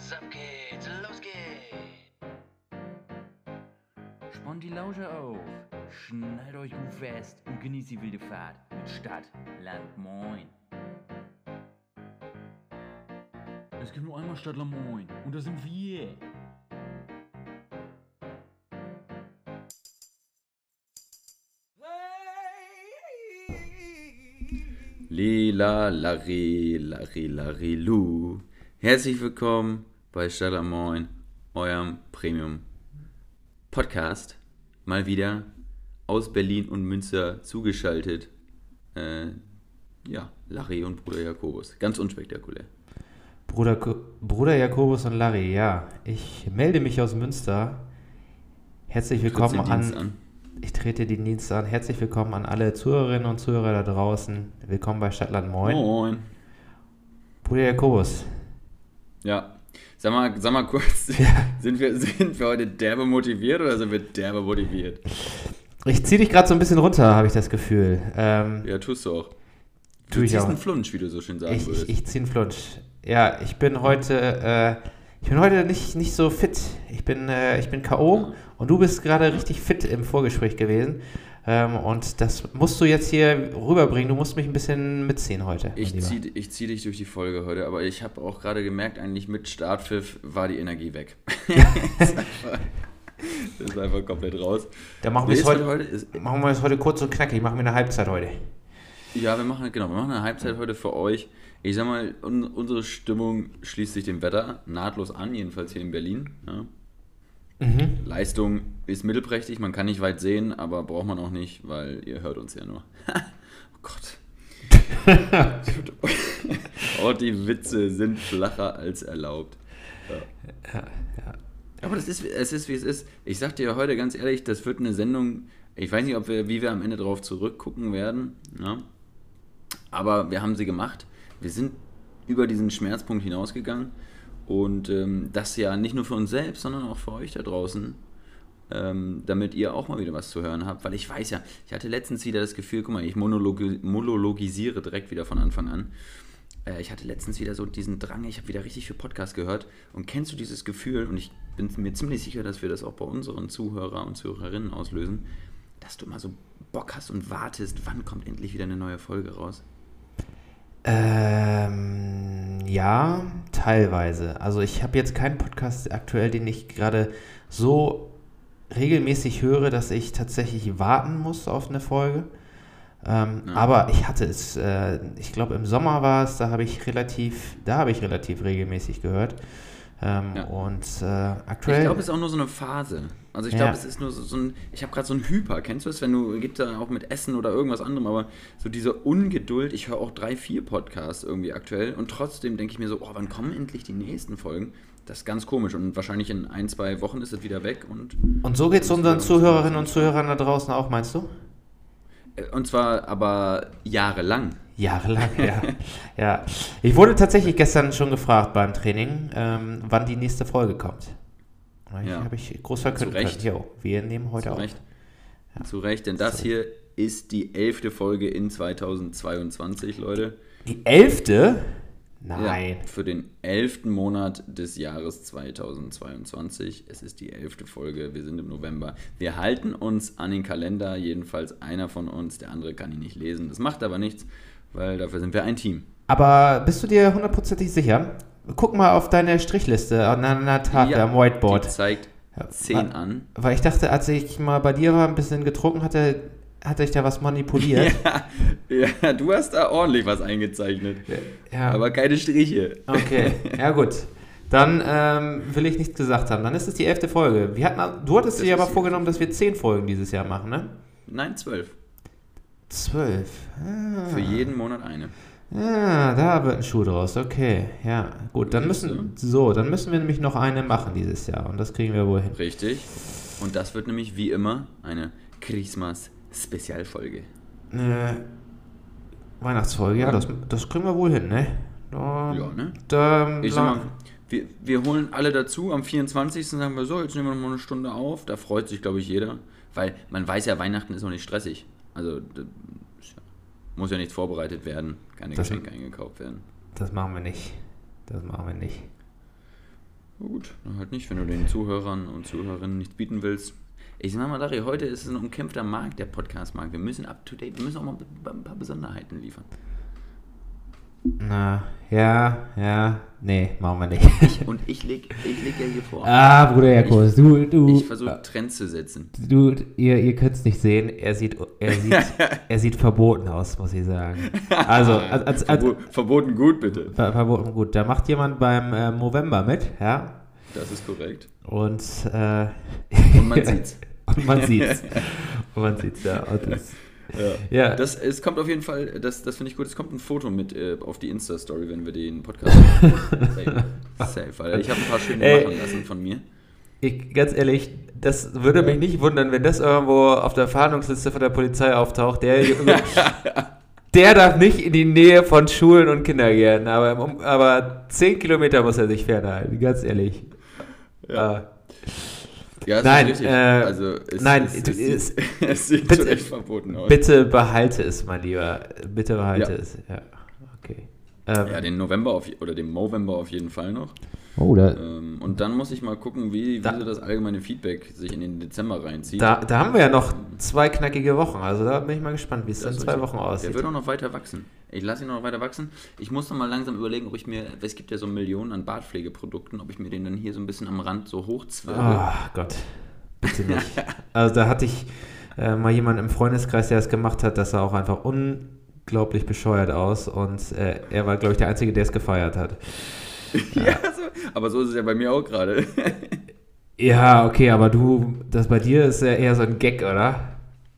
Ab geht's, los geht's! Spannt die Lausche auf, schnallt euch gut fest und genießt die wilde Fahrt mit Stadt, Land, Moin. Es gibt nur einmal Stadt, Land, Moin und da sind wir. Lila, Larry, Larry, Larry, Lu. Herzlich willkommen bei Stadt am Moin, eurem Premium-Podcast. Mal wieder aus Berlin und Münster zugeschaltet. Larry und Bruder Jakobus. Ganz unspektakulär. Bruder Jakobus und Larry, ja. Ich melde mich aus Münster. Herzlich willkommen an. Ich trete den Dienst an. Herzlich willkommen an alle Zuhörerinnen und Zuhörer da draußen. Willkommen bei Stadtland Moin. Moin. Bruder Jakobus. Ja, sag mal kurz, sind wir heute derbe motiviert oder sind wir derbe motiviert? Ich ziehe dich gerade so ein bisschen runter, habe ich das Gefühl. Ja, tust du auch. Du ziehst einen Flunsch, wie du so schön sagen würdest. Ich ziehe einen Flunsch. Ja, ich bin heute nicht so fit. Ich bin K.O. und du bist gerade richtig fit im Vorgespräch gewesen. Und das musst du jetzt hier rüberbringen. Du musst mich ein bisschen mitziehen heute. Ich zieh dich durch die Folge heute, aber ich habe auch gerade gemerkt, eigentlich mit Startpfiff war die Energie weg. Das ist einfach komplett raus. Da machen wir es heute kurz und knackig. Machen wir eine Halbzeit heute. Ja, wir machen eine Halbzeit heute für euch. Ich sag mal, unsere Stimmung schließt sich dem Wetter nahtlos an, jedenfalls hier in Berlin. Ja. Mhm. Leistung ist mittelprächtig, man kann nicht weit sehen, aber braucht man auch nicht, weil ihr hört uns ja nur. Oh Gott. Oh, die Witze sind flacher als erlaubt. Ja. Aber es ist, wie es ist. Ich sag dir heute ganz ehrlich, das wird eine Sendung, ich weiß nicht, wie wir am Ende drauf zurückgucken werden, ja. Aber wir haben sie gemacht. Wir sind über diesen Schmerzpunkt hinausgegangen und das ja nicht nur für uns selbst, sondern auch für euch da draußen, damit ihr auch mal wieder was zu hören habt, weil ich weiß ja, ich hatte letztens wieder das Gefühl, guck mal, ich monologisiere direkt wieder von Anfang an. Ich hatte letztens wieder so diesen Drang, ich habe wieder richtig viel Podcast gehört und kennst du dieses Gefühl, und ich bin mir ziemlich sicher, dass wir das auch bei unseren Zuhörer und Zuhörerinnen auslösen, dass du immer so Bock hast und wartest, wann kommt endlich wieder eine neue Folge raus? Ja, teilweise. Also ich habe jetzt keinen Podcast aktuell, den ich gerade so regelmäßig höre, dass ich tatsächlich warten muss auf eine Folge. Aber ich hatte es, ich glaube im Sommer war es, da habe ich relativ regelmäßig gehört. Und aktuell... Ich glaube, es ist auch nur so eine Phase. Also ich glaube, es ist nur so ein... Ich habe gerade so einen Hyper, kennst du das? Gibt da auch mit Essen oder irgendwas anderem, aber so diese Ungeduld, ich höre auch 3-4 Podcasts irgendwie aktuell und trotzdem denke ich mir so, wann kommen endlich die nächsten Folgen? Das ist ganz komisch und wahrscheinlich in 1-2 Wochen ist es wieder weg. Und so geht es unseren Zuhörerinnen und Zuhörern da draußen auch, meinst du? Und zwar aber jahrelang. Jahrelang, ja. Ja. Ich wurde tatsächlich gestern schon gefragt beim Training, wann die nächste Folge kommt. Habe ich groß verkündet. Jo, wir nehmen heute auf. Ja. Zu Recht, denn das hier ist die 11. Folge in 2022, Leute. Die 11.? Nein. Ja, für den 11. Monat des Jahres 2022. Es ist die 11. Folge, wir sind im November. Wir halten uns an den Kalender, jedenfalls einer von uns, der andere kann ihn nicht lesen. Das macht aber nichts, weil dafür sind wir ein Team. Aber bist du dir hundertprozentig sicher? Guck mal auf deine Strichliste an einer Tafel am Whiteboard. Die zeigt 10 an. Weil ich dachte, als ich mal bei dir war, ein bisschen getrunken hatte ich da was manipuliert. Ja, du hast da ordentlich was eingezeichnet. Ja. Aber keine Striche. Okay, ja gut. Dann will ich nichts gesagt haben. Dann ist es die 11. Folge. Du hattest dir aber vorgenommen, dass wir 10 Folgen dieses Jahr machen, ne? Nein, 12. 12? Für jeden Monat eine. Ja, da wird ein Schuh draus. Okay, ja. Gut, dann müssen wir nämlich noch eine machen dieses Jahr. Und das kriegen wir wohl hin. Richtig. Und das wird nämlich wie immer eine Christmas-Spezialfolge. Weihnachtsfolge, ja, das kriegen wir wohl hin, ne? Ich sag mal, wir holen alle dazu. Am 24. sagen wir so, jetzt nehmen wir noch mal eine Stunde auf. Da freut sich, glaube ich, jeder. Weil man weiß ja, Weihnachten ist noch nicht stressig. Also muss ja nichts vorbereitet werden. Keine Geschenke eingekauft werden. Das machen wir nicht. Na gut, dann halt nicht, wenn du den Zuhörern und Zuhörerinnen nichts bieten willst. Ich sag mal, Larry, heute ist es ein umkämpfter Markt, der Podcast-Markt. Wir müssen up to date, wir müssen auch mal ein paar Besonderheiten liefern. Na, nee, machen wir nicht. Ich leg ja hier vor. Bruder Jakobs, Ich versuche Trends zu setzen. Ihr könnt es nicht sehen, er sieht verboten aus, muss ich sagen. Also, verboten gut, bitte. Verboten gut. Da macht jemand beim Movember mit, ja? Das ist korrekt. Und man sieht's. Und man sieht's, ja. Ja. Es kommt auf jeden Fall, das finde ich gut, es kommt ein Foto mit auf die Insta-Story, wenn wir den Podcast machen. Safe, weil ich habe ein paar schöne machen lassen von mir. Ganz ehrlich, das würde mich nicht wundern, wenn das irgendwo auf der Fahndungsliste von der Polizei auftaucht. Der darf nicht in die Nähe von Schulen und Kindergärten, aber 10 Kilometer muss er sich fernhalten, ganz ehrlich. Ja. Ja, nein, ist richtig. Also es sieht schon echt verboten aus. Bitte behalte es, mein Lieber. Bitte behalte es. Ja, okay. Den November oder den Movember auf jeden Fall noch. Oh, und dann muss ich mal gucken, wie so das allgemeine Feedback sich in den Dezember reinzieht. Da haben wir ja noch 2 knackige Wochen. Also da bin ich mal gespannt, wie es dann 2 Wochen aussieht. Der wird auch noch weiter wachsen. Ich lasse ihn noch weiter wachsen. Ich muss noch mal langsam überlegen, ob ich mir, es gibt ja so Millionen an Bartpflegeprodukten, ob ich mir den dann hier so ein bisschen am Rand so hochzwirbel. Ach Gott, bitte nicht. Also da hatte ich mal jemanden im Freundeskreis, der das gemacht hat, das sah auch einfach unglaublich bescheuert aus und er war, glaube ich, der Einzige, der es gefeiert hat. Aber so ist es ja bei mir auch gerade. Ja, okay, aber das bei dir ist ja eher so ein Gag, oder?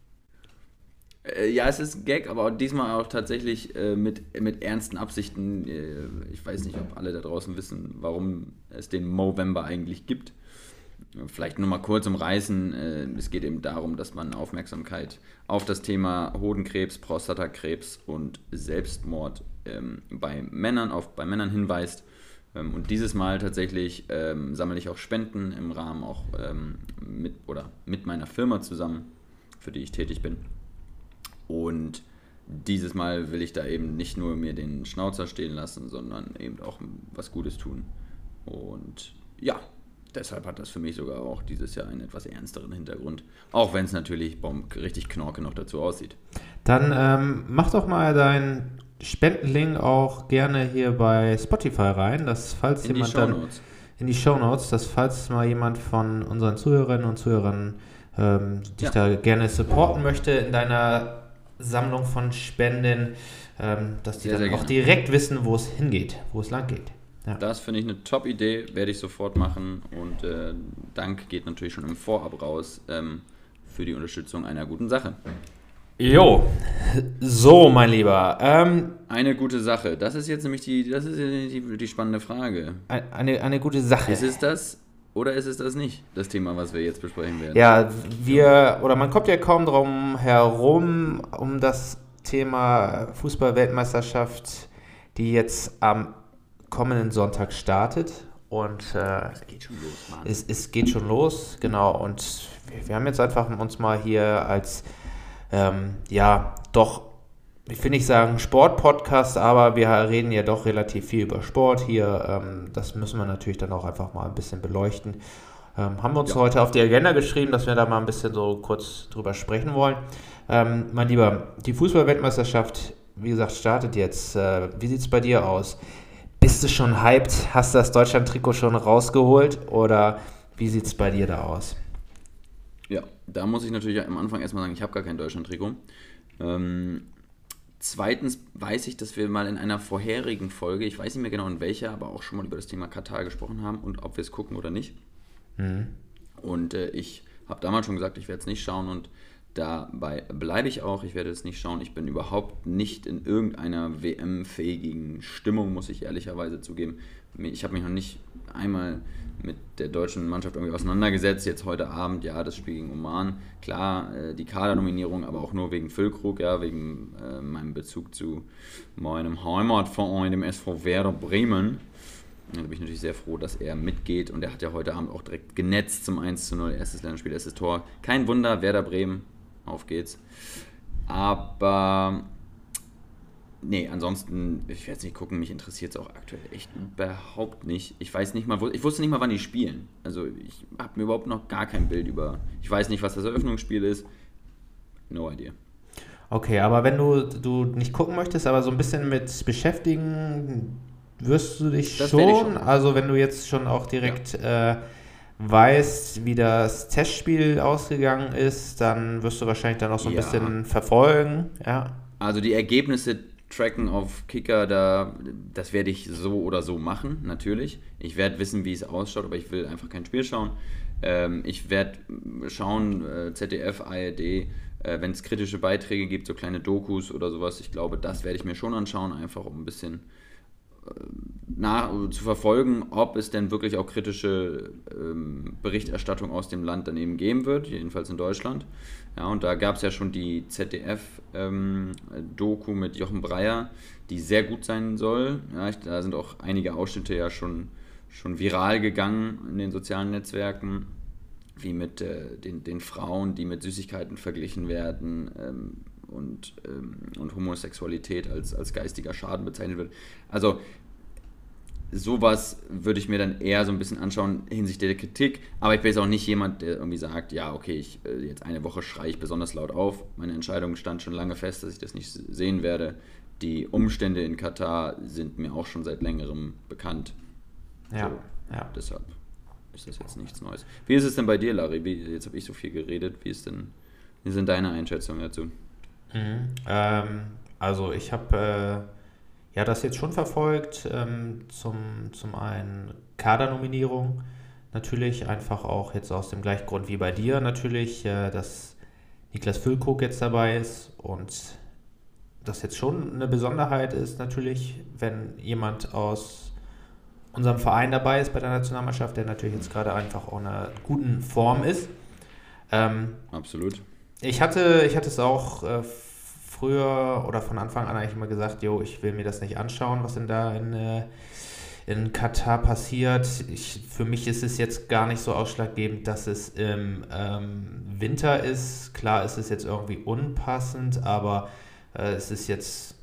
Ja, es ist ein Gag, aber diesmal auch tatsächlich mit ernsten Absichten. Ich weiß nicht, ob alle da draußen wissen, warum es den Movember eigentlich gibt. Vielleicht nur mal kurz umreißen. Es geht eben darum, dass man Aufmerksamkeit auf das Thema Hodenkrebs, Prostatakrebs und Selbstmord bei Männern hinweist. Und dieses Mal tatsächlich sammle ich auch Spenden im Rahmen auch mit meiner Firma zusammen, für die ich tätig bin. Und dieses Mal will ich da eben nicht nur mir den Schnauzer stehen lassen, sondern eben auch was Gutes tun. Und ja, deshalb hat das für mich sogar auch dieses Jahr einen etwas ernsteren Hintergrund. Auch wenn es natürlich richtig knorke noch dazu aussieht. Dann mach doch mal deinen Spendenlink auch gerne hier bei Spotify rein, dass falls in jemand in die Shownotes, dass falls mal jemand von unseren Zuhörerinnen und Zuhörern dich da gerne supporten möchte in deiner Sammlung von Spenden, dass die dann auch direkt wissen, wo es hingeht, wo es lang geht. Ja. Das finde ich eine Top-Idee, werde ich sofort machen und Dank geht natürlich schon im Vorab raus für die Unterstützung einer guten Sache. Jo, so mein Lieber. Eine gute Sache, das ist jetzt nämlich die spannende Frage. Eine gute Sache. Ist es das oder ist es das nicht, das Thema, was wir jetzt besprechen werden? Ja, man kommt ja kaum drum herum, um das Thema Fußball-Weltmeisterschaft, die jetzt am kommenden Sonntag startet. Und es geht schon los, Mann. Es geht schon los, genau. Und wir haben jetzt einfach uns mal hier als ich will nicht sagen Sport-Podcast, aber wir reden ja doch relativ viel über Sport hier. Das müssen wir natürlich dann auch einfach mal ein bisschen beleuchten. Haben wir uns heute auf die Agenda geschrieben, dass wir da mal ein bisschen so kurz drüber sprechen wollen. Mein Lieber, die Fußball-Weltmeisterschaft, wie gesagt, startet jetzt. Wie sieht es bei dir aus? Bist du schon hyped? Hast du das Deutschland-Trikot schon rausgeholt? Oder wie sieht es bei dir da aus? Ja, da muss ich natürlich am Anfang erstmal sagen, ich habe gar kein Deutschland-Trikot. Zweitens weiß ich, dass wir mal in einer vorherigen Folge, ich weiß nicht mehr genau in welcher, aber auch schon mal über das Thema Katar gesprochen haben und ob wir es gucken oder nicht. Mhm. Und ich habe damals schon gesagt, ich werde es nicht schauen und dabei bleibe ich auch. Ich werde es nicht schauen. Ich bin überhaupt nicht in irgendeiner WM-fähigen Stimmung, muss ich ehrlicherweise zugeben. Ich habe mich noch nicht einmal mit der deutschen Mannschaft irgendwie auseinandergesetzt. Jetzt heute Abend, ja, das Spiel gegen Oman. Klar, die Kadernominierung, aber auch nur wegen Füllkrug, ja, wegen meinem Bezug zu meinem Heimatverein, dem SV Werder Bremen. Da bin ich natürlich sehr froh, dass er mitgeht. Und er hat ja heute Abend auch direkt genetzt zum 1:0. Erstes Länderspiel, erstes Tor. Kein Wunder, Werder Bremen. Auf geht's. Aber nee, ansonsten, ich werde es nicht gucken, mich interessiert es auch aktuell echt überhaupt nicht. Ich weiß nicht mal, ich wusste nicht mal, wann die spielen. Also ich habe mir überhaupt noch gar kein Bild ich weiß nicht, was das Eröffnungsspiel ist. No idea. Okay, aber wenn du nicht gucken möchtest, aber so ein bisschen mit beschäftigen, wirst du dich Das werde ich schon, schon. also wenn du jetzt schon auch direkt weißt, wie das Testspiel ausgegangen ist, dann wirst du wahrscheinlich dann auch so ein Ja. bisschen verfolgen, ja. Also die Ergebnisse tracken auf Kicker, das werde ich so oder so machen, natürlich. Ich werde wissen, wie es ausschaut, aber ich will einfach kein Spiel schauen. Ich werde schauen, ZDF, ARD, wenn es kritische Beiträge gibt, so kleine Dokus oder sowas. Ich glaube, das werde ich mir schon anschauen, einfach um ein bisschen zu verfolgen, ob es denn wirklich auch kritische Berichterstattung aus dem Land daneben geben wird, jedenfalls in Deutschland. Ja, und da gab es ja schon die ZDF-Doku mit Jochen Breyer, die sehr gut sein soll. Ja, da sind auch einige Ausschnitte ja schon viral gegangen in den sozialen Netzwerken, wie mit den Frauen, die mit Süßigkeiten verglichen werden, und Homosexualität als geistiger Schaden bezeichnet wird. Also sowas würde ich mir dann eher so ein bisschen anschauen hinsichtlich der Kritik, aber ich bin jetzt auch nicht jemand, der irgendwie sagt, ja, okay, jetzt eine Woche schreie ich besonders laut auf. Meine Entscheidung stand schon lange fest, dass ich das nicht sehen werde. Die Umstände in Katar sind mir auch schon seit längerem bekannt. Ja, So, ja. Deshalb ist das jetzt nichts Neues. Wie ist es denn bei dir, Larry? Jetzt habe ich so viel geredet. Wie sind deine Einschätzungen dazu? Also ich habe das jetzt schon verfolgt, zum einen Kadernominierung, natürlich einfach auch jetzt aus dem gleichen Grund wie bei dir natürlich, dass Niklas Füllkrug jetzt dabei ist und das jetzt schon eine Besonderheit ist natürlich, wenn jemand aus unserem Verein dabei ist bei der Nationalmannschaft, der natürlich jetzt gerade einfach auch in einer guten Form ist. Absolut. Ich hatte es auch früher oder von Anfang an eigentlich immer gesagt, ich will mir das nicht anschauen, was denn da in Katar passiert. Für mich ist es jetzt gar nicht so ausschlaggebend, dass es im Winter ist. Klar ist es jetzt irgendwie unpassend, aber es ist jetzt,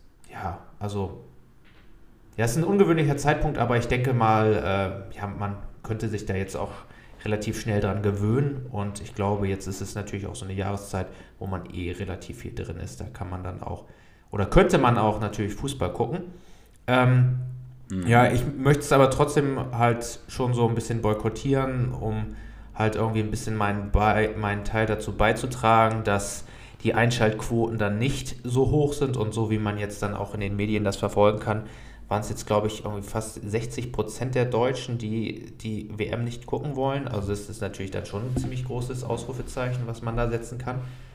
es ist ein ungewöhnlicher Zeitpunkt, aber ich denke mal, man könnte sich da jetzt auch relativ schnell dran gewöhnen und ich glaube, jetzt ist es natürlich auch so eine Jahreszeit, wo man relativ viel drin ist. Da kann man dann auch, oder könnte man auch natürlich Fußball gucken. Ja, ich möchte es aber trotzdem halt schon so ein bisschen boykottieren, um halt irgendwie ein bisschen meinen Teil dazu beizutragen, dass die Einschaltquoten dann nicht so hoch sind und so wie man jetzt dann auch in den Medien das verfolgen kann, waren es jetzt, glaube ich, irgendwie fast 60% der Deutschen, die die WM nicht gucken wollen. Also das ist natürlich dann schon ein ziemlich großes Ausrufezeichen, was man da setzen kann.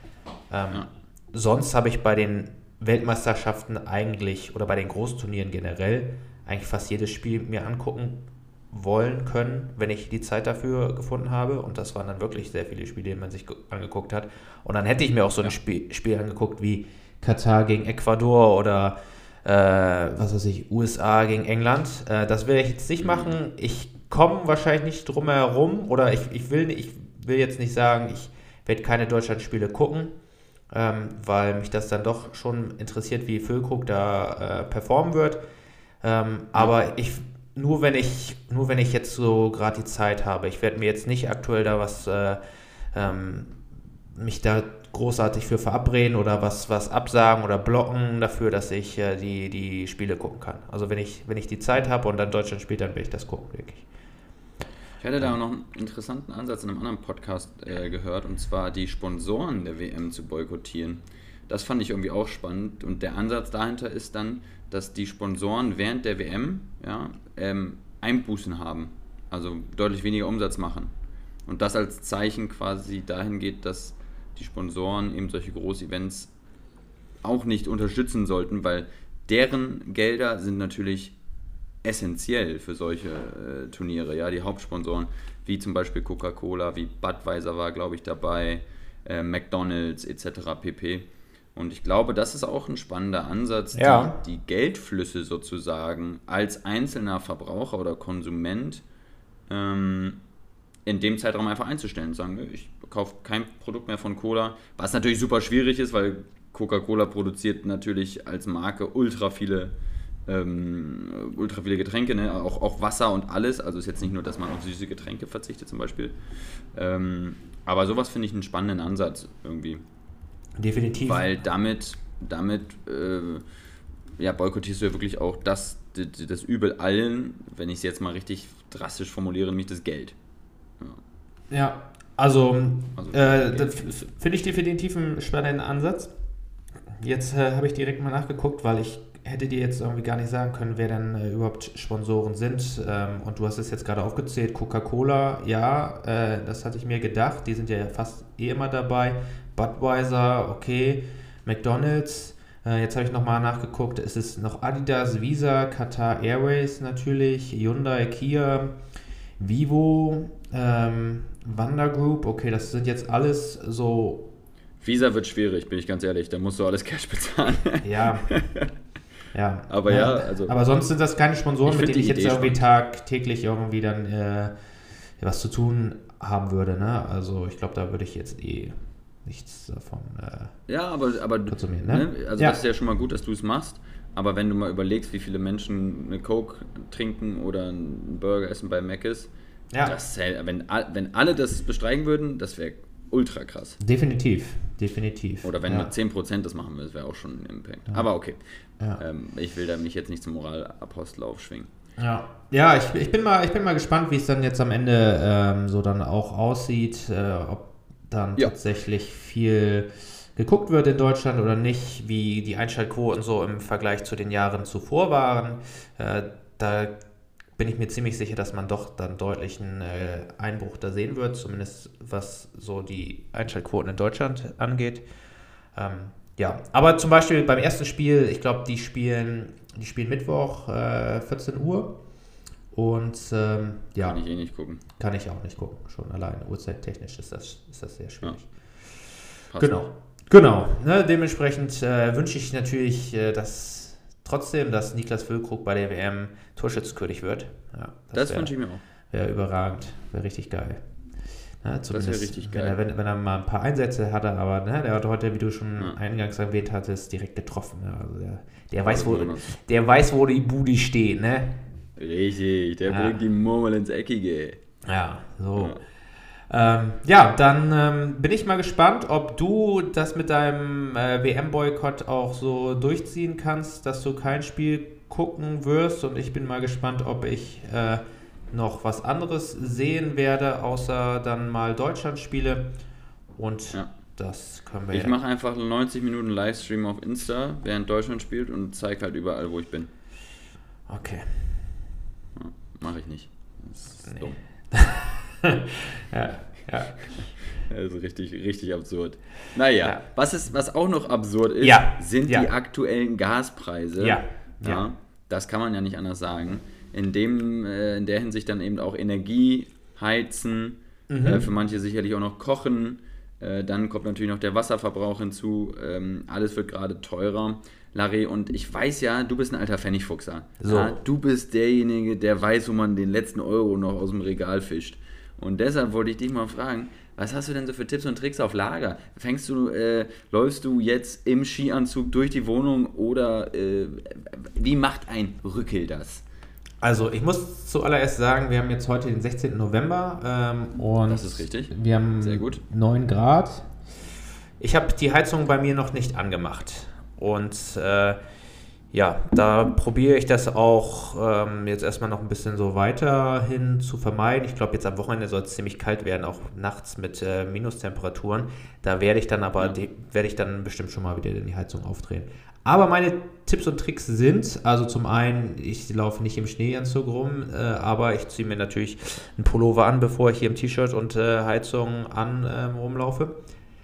Sonst habe ich bei den Weltmeisterschaften eigentlich, oder bei den Großturnieren generell, eigentlich fast jedes Spiel mir angucken wollen können, wenn ich die Zeit dafür gefunden habe. Und das waren dann wirklich sehr viele Spiele, die man sich angeguckt hat. Und dann hätte ich mir auch so ein Spiel angeguckt wie Katar gegen Ecuador oder USA gegen England. Das will ich jetzt nicht machen. Ich komme wahrscheinlich nicht drum herum oder ich will jetzt nicht sagen, ich werde keine Deutschlandspiele gucken, weil mich das dann doch schon interessiert, wie Füllkrug da performen wird. Aber nur wenn ich jetzt so gerade die Zeit habe, ich werde mir jetzt nicht aktuell da mich da großartig für verabreden oder was absagen oder blocken dafür, dass ich die Spiele gucken kann. Also wenn ich die Zeit habe und dann Deutschland spielt, dann will ich das gucken, wirklich. Ich hatte da auch noch einen interessanten Ansatz in einem anderen Podcast gehört, und zwar die Sponsoren der WM zu boykottieren. Das fand ich irgendwie auch spannend und der Ansatz dahinter ist dann, dass die Sponsoren während der WM Einbußen haben, also deutlich weniger Umsatz machen. Und das als Zeichen quasi dahin geht, dass die Sponsoren eben solche Groß-Events auch nicht unterstützen sollten, weil deren Gelder sind natürlich essentiell für solche Turniere. Ja, die Hauptsponsoren, wie zum Beispiel Coca-Cola, wie Budweiser war, glaube ich, dabei, McDonald's etc. pp. Und ich glaube, das ist auch ein spannender Ansatz, die Geldflüsse sozusagen als einzelner Verbraucher oder Konsument in dem Zeitraum einfach einzustellen und sagen, ich kaufe kein Produkt mehr von Cola, was natürlich super schwierig ist, weil Coca-Cola produziert natürlich als Marke ultra viele Getränke, ne? Auch Wasser und alles. Also ist jetzt nicht nur, dass man auf süße Getränke verzichtet zum Beispiel. Aber sowas finde ich einen spannenden Ansatz irgendwie. Definitiv. Weil damit boykottierst du ja wirklich auch das Übel allen, wenn ich es jetzt mal richtig drastisch formuliere, nämlich das Geld. Ja, also das finde ich definitiv einen spannenden Ansatz. Jetzt habe ich direkt mal nachgeguckt, weil ich hätte dir jetzt irgendwie gar nicht sagen können, wer denn überhaupt Sponsoren sind. Und du hast es jetzt gerade aufgezählt. Coca-Cola, ja, das hatte ich mir gedacht. Die sind ja fast immer dabei. Budweiser, okay. McDonald's. Jetzt habe ich nochmal nachgeguckt. Es ist noch Adidas, Visa, Qatar Airways natürlich, Hyundai, Kia, Vivo, Wanda Group. Okay, das sind jetzt alles so... Visa wird schwierig, bin ich ganz ehrlich. Da musst du alles Cash bezahlen. Ja. Ja. Aber sonst sind das keine Sponsoren, mit denen ich jetzt irgendwie spannend. tagtäglich irgendwie dann was zu tun haben würde. Ne? Also ich glaube, da würde ich jetzt nichts davon konsumieren. Ne? Also das ist ja schon mal gut, dass du es machst. Aber wenn du mal überlegst, wie viele Menschen eine Coke trinken oder einen Burger essen bei Mc's, wenn alle das bestreichen würden, das wäre ultra krass. Definitiv. Oder wenn nur 10% das machen würde, das wäre auch schon ein Impact. Ja. Aber okay. Ja. Ich will da mich jetzt nicht zum Moralapostel aufschwingen. Ja, ich bin mal gespannt, wie es dann jetzt am Ende so dann auch aussieht, ob dann tatsächlich viel geguckt wird in Deutschland oder nicht, wie die Einschaltquoten so im Vergleich zu den Jahren zuvor waren. Da bin ich mir ziemlich sicher, dass man doch dann deutlich einen Einbruch da sehen wird, zumindest was so die Einschaltquoten in Deutschland angeht. Aber zum Beispiel beim ersten Spiel, ich glaube, die spielen Mittwoch 14 Uhr und Kann ich nicht gucken. Kann ich auch nicht gucken, schon allein uhrzeittechnisch ist das sehr schwierig. Ja. Genau. Ne, dementsprechend wünsche ich natürlich, dass Niklas Füllkrug bei der WM Torschützenkönig wird. Ja, das wünsche ich mir auch. Wäre überragend, wäre richtig geil. Ja, das wäre richtig geil. Wenn er mal ein paar Einsätze hatte, aber der hat heute, wie du schon eingangs erwähnt hattest, direkt getroffen. Ja, also der weiß, wo die Bude steht, ne? Richtig, der bringt die Murmel ins Eckige. Ja, so. Ja. Dann bin ich mal gespannt, ob du das mit deinem WM-Boykott auch so durchziehen kannst, dass du kein Spiel gucken wirst, und ich bin mal gespannt, ob ich noch was anderes sehen werde, außer dann mal Deutschland-Spiele, und das können wir Ich mache einfach 90 Minuten Livestream auf Insta, während Deutschland spielt, und zeige halt überall, wo ich bin. Okay. Ja, mache ich nicht. Das ist dumm. Ja. Also richtig absurd. Naja, was auch noch absurd ist, sind die aktuellen Gaspreise. Ja. Das kann man ja nicht anders sagen. In der Hinsicht dann eben auch Energie, Heizen, für manche sicherlich auch noch Kochen. Dann kommt natürlich noch der Wasserverbrauch hinzu. Alles wird gerade teurer. Larry, und ich weiß ja, du bist ein alter Pfennigfuchser. So. Ja, du bist derjenige, der weiß, wo man den letzten Euro noch aus dem Regal fischt. Und deshalb wollte ich dich mal fragen, was hast du denn so für Tipps und Tricks auf Lager? Läufst du jetzt im Skianzug durch die Wohnung, oder wie macht ein Rückel das? Also ich muss zuallererst sagen, wir haben jetzt heute den 16. November und das ist richtig. Wir haben sehr gut. 9 Grad. Ich habe die Heizung bei mir noch nicht angemacht, und da probiere ich das auch jetzt erstmal noch ein bisschen so weiterhin zu vermeiden. Ich glaube, jetzt am Wochenende soll es ziemlich kalt werden, auch nachts mit Minustemperaturen. Da werde ich dann bestimmt schon mal wieder die Heizung aufdrehen. Aber meine Tipps und Tricks sind, also zum einen, ich laufe nicht im Schneeanzug rum, aber ich ziehe mir natürlich einen Pullover an, bevor ich hier im T-Shirt und Heizung rumlaufe.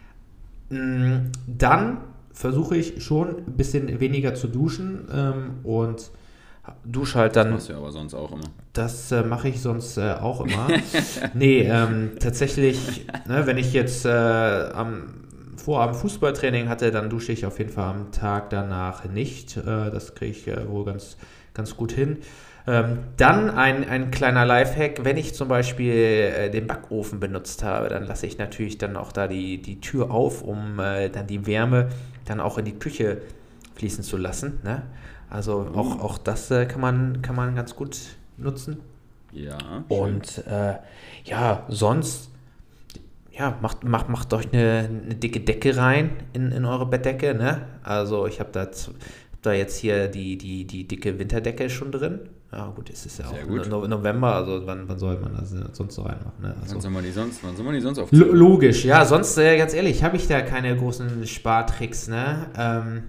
Dann versuche ich schon ein bisschen weniger zu duschen und dusche halt dann... Das machst du aber sonst auch immer. Das mache ich sonst auch immer. Tatsächlich, wenn ich jetzt am Vorabend Fußballtraining hatte, dann dusche ich auf jeden Fall am Tag danach nicht. Das kriege ich wohl ganz gut hin. Dann ein kleiner Lifehack: Wenn ich zum Beispiel den Backofen benutzt habe, dann lasse ich natürlich dann auch da die Tür auf, um dann die Wärme dann auch in die Küche fließen zu lassen. Ne? Also auch das kann man ganz gut nutzen. Ja. Und sonst, macht euch eine dicke Decke rein in eure Bettdecke. Ne? Also ich habe da jetzt hier die dicke Winterdecke schon drin. Ja gut, es ist ja auch November, also wann soll man das sonst so reinmachen? Ne? Also, wann soll man die sonst aufziehen? Logisch, ja, sonst, ganz ehrlich, habe ich da keine großen Spartricks, ne?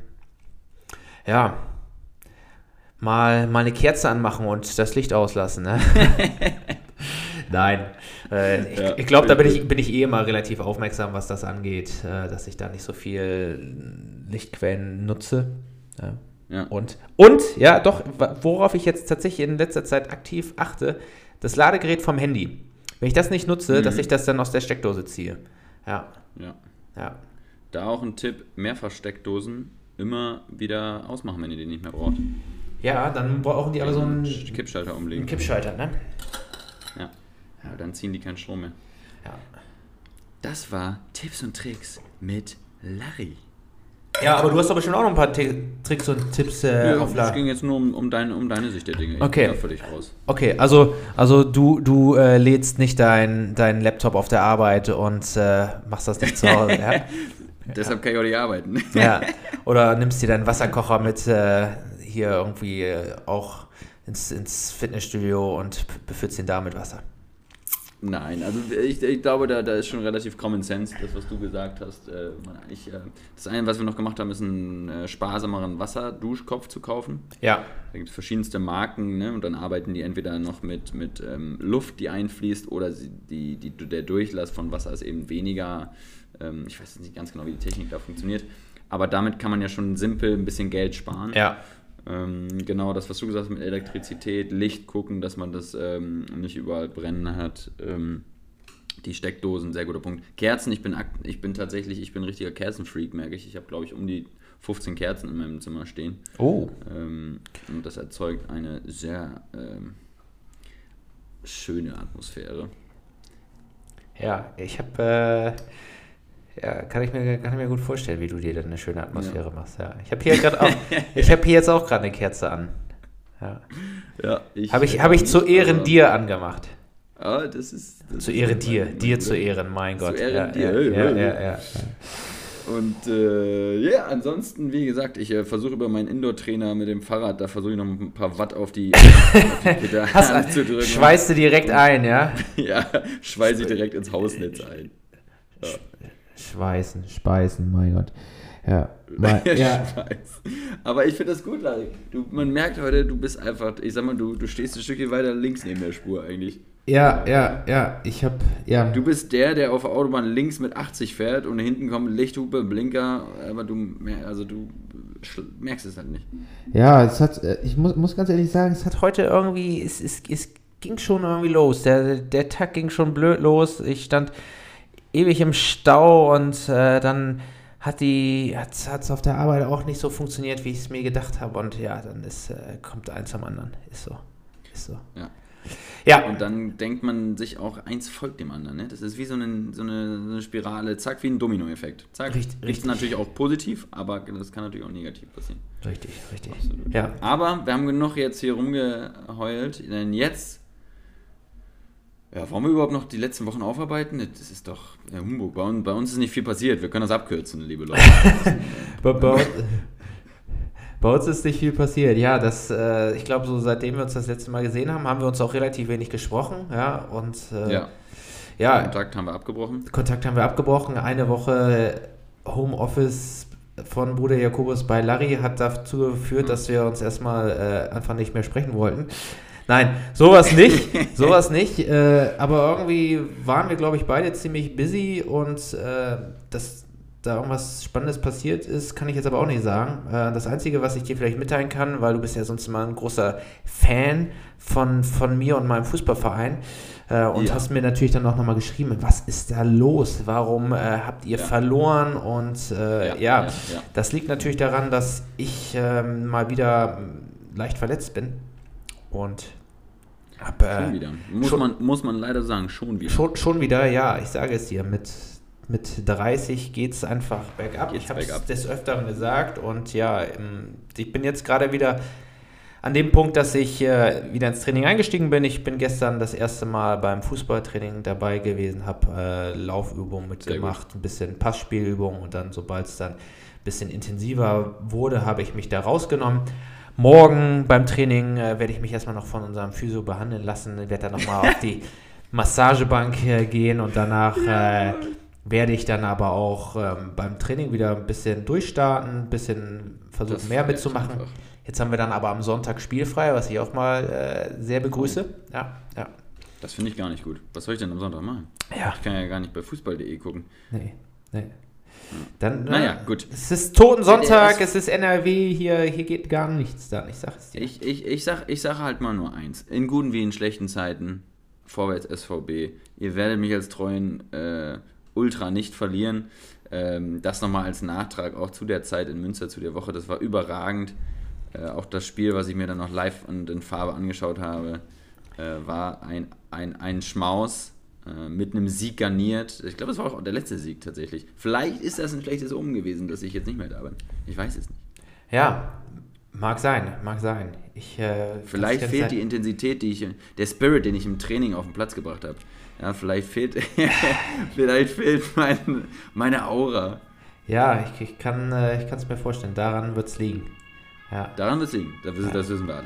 Mal eine Kerze anmachen und das Licht auslassen, ne? Nein, ich glaube, da bin ich eh immer relativ aufmerksam, was das angeht, dass ich da nicht so viel Lichtquellen nutze. Ja. Ja. Und ja, doch, worauf ich jetzt tatsächlich in letzter Zeit aktiv achte, das Ladegerät vom Handy. Wenn ich das nicht nutze, dass ich das dann aus der Steckdose ziehe. Ja. Da auch ein Tipp, Mehrfachsteckdosen immer wieder ausmachen, wenn ihr die nicht mehr braucht. Ja, dann brauchen die alle so einen Kippschalter umlegen. Einen Kippschalter, ne? Ja, dann ziehen die keinen Strom mehr. Ja. Das war Tipps und Tricks mit Larry. Ja, aber du hast doch bestimmt auch noch ein paar Tricks und Tipps auf Lager. Es ging jetzt nur um deine Sicht der Dinge. Okay. Ich bin da völlig raus. Okay, also du lädst nicht deinen Laptop auf der Arbeit und machst das nicht zu Hause, ja? Deshalb kann ich auch nicht arbeiten. Ja, oder nimmst dir deinen Wasserkocher mit hier irgendwie auch ins Fitnessstudio und befüllst ihn da mit Wasser. Nein, also ich glaube, da ist schon relativ Common Sense, das, was du gesagt hast. Das eine, was wir noch gemacht haben, ist einen sparsameren Wasserduschkopf zu kaufen. Ja. Da gibt es verschiedenste Marken, ne? Und dann arbeiten die entweder noch mit Luft, die einfließt, oder der Durchlass von Wasser ist eben weniger. Ich weiß jetzt nicht ganz genau, wie die Technik da funktioniert. Aber damit kann man ja schon simpel ein bisschen Geld sparen. Ja. Genau, das, was du gesagt hast mit Elektrizität, Licht gucken, dass man das nicht überall brennen hat. Die Steckdosen, sehr guter Punkt. Kerzen, ich bin ein richtiger Kerzenfreak, merke ich. Ich habe, glaube ich, um die 15 Kerzen in meinem Zimmer stehen. Oh. Und das erzeugt eine sehr schöne Atmosphäre. Ja, ich habe... kann ich mir gut vorstellen, wie du dir dann eine schöne Atmosphäre machst. Ja. Ich habe hier jetzt auch gerade eine Kerze an. Ja. Habe ich zu Ehren dir angemacht. Ah, das ist zu Ehren dir zu Ehren, mein Gott. Zu Ehren dir. Ja. Und ansonsten, wie gesagt, ich versuche über meinen Indoor-Trainer mit dem Fahrrad, da versuche ich noch ein paar Watt auf die Pedale zu drücken. Schweißt du direkt ein, ja? Ja, schweiße ich direkt ins Hausnetz ein. Ja. Speisen, mein Gott. Ja. Aber ich finde das gut, Larry. Man merkt heute, du bist einfach, ich sag mal, du stehst ein Stückchen weiter links neben der Spur eigentlich. Ja. Du bist der auf der Autobahn links mit 80 fährt und hinten kommt Lichthupe, Blinker, aber du merkst es halt nicht. Ja, ich muss ganz ehrlich sagen, es hat heute irgendwie, es ging schon irgendwie los. Der Tag ging schon blöd los. Ich stand ewig im Stau und dann hat es auf der Arbeit auch nicht so funktioniert, wie ich es mir gedacht habe. Und ja, dann kommt eins am anderen. Ist so. Ja. Und dann denkt man sich auch, eins folgt dem anderen. Ne? Das ist wie so eine Spirale, zack, wie ein Dominoeffekt. Zack, richtig. Natürlich auch positiv, aber das kann natürlich auch negativ passieren. Richtig. Absolut. Ja. Aber wir haben genug jetzt hier rumgeheult, denn jetzt wollen wir überhaupt noch die letzten Wochen aufarbeiten? Das ist doch Humbug. Bei uns ist nicht viel passiert. Wir können das abkürzen, liebe Leute. Bei uns ist nicht viel passiert. Ja, ich glaube, so seitdem wir uns das letzte Mal gesehen haben, haben wir uns auch relativ wenig gesprochen. Ja, und Kontakt haben wir abgebrochen. Eine Woche Homeoffice von Bruder Jakobus bei Larry hat dazu geführt, dass wir uns erstmal einfach nicht mehr sprechen wollten. Nein, sowas nicht, aber irgendwie waren wir, glaube ich, beide ziemlich busy und dass da irgendwas Spannendes passiert ist, kann ich jetzt aber auch nicht sagen. Das Einzige, was ich dir vielleicht mitteilen kann, weil du bist ja sonst immer ein großer Fan von mir und meinem Fußballverein und hast mir natürlich dann auch nochmal geschrieben, was ist da los, warum habt ihr verloren und das liegt natürlich daran, dass ich mal wieder leicht verletzt bin. Und schon wieder. Muss man leider sagen, schon wieder. Schon wieder, ja, ich sage es dir, mit Mit 30 geht es einfach bergab. Ich habe es des Öfteren gesagt und ja, ich bin jetzt gerade wieder an dem Punkt, dass ich wieder ins Training eingestiegen bin. Ich bin gestern das erste Mal beim Fußballtraining dabei gewesen, habe Laufübungen mitgemacht, ein bisschen Passspielübungen und dann, sobald es dann ein bisschen intensiver wurde, habe ich mich da rausgenommen. Morgen beim Training werde ich mich erstmal noch von unserem Physio behandeln lassen. Ich werde dann nochmal auf die Massagebank gehen und danach werde ich dann aber auch beim Training wieder ein bisschen durchstarten, ein bisschen versuchen, mehr mitzumachen. Einfach. Jetzt haben wir dann aber am Sonntag spielfrei, was ich auch mal sehr begrüße. Ja. Das finde ich gar nicht gut. Was soll ich denn am Sonntag machen? Ja. Ich kann ja gar nicht bei fußball.de gucken. Nee. Dann, naja, gut. Es ist Totensonntag, es ist NRW, hier geht gar nichts dann, ich sag es dir. Ich sage halt mal nur eins. In guten wie in schlechten Zeiten, vorwärts SVB. Ihr werdet mich als treuen Ultra nicht verlieren. Das nochmal als Nachtrag auch zu der Zeit in Münster, zu der Woche. Das war überragend. Auch das Spiel, was ich mir dann noch live und in Farbe angeschaut habe, war ein Schmaus. Mit einem Sieg garniert. Ich glaube, das war auch der letzte Sieg tatsächlich. Vielleicht ist das ein schlechtes Omen gewesen, dass ich jetzt nicht mehr da bin. Ich weiß es nicht. Ja, mag sein. Vielleicht fehlt die Intensität, der Spirit, den ich im Training auf den Platz gebracht habe. Ja, vielleicht fehlt meine Aura. Ja, ich kann es mir vorstellen. Daran wird es liegen. Ja. Daran wird es liegen. Das wissen wir alle.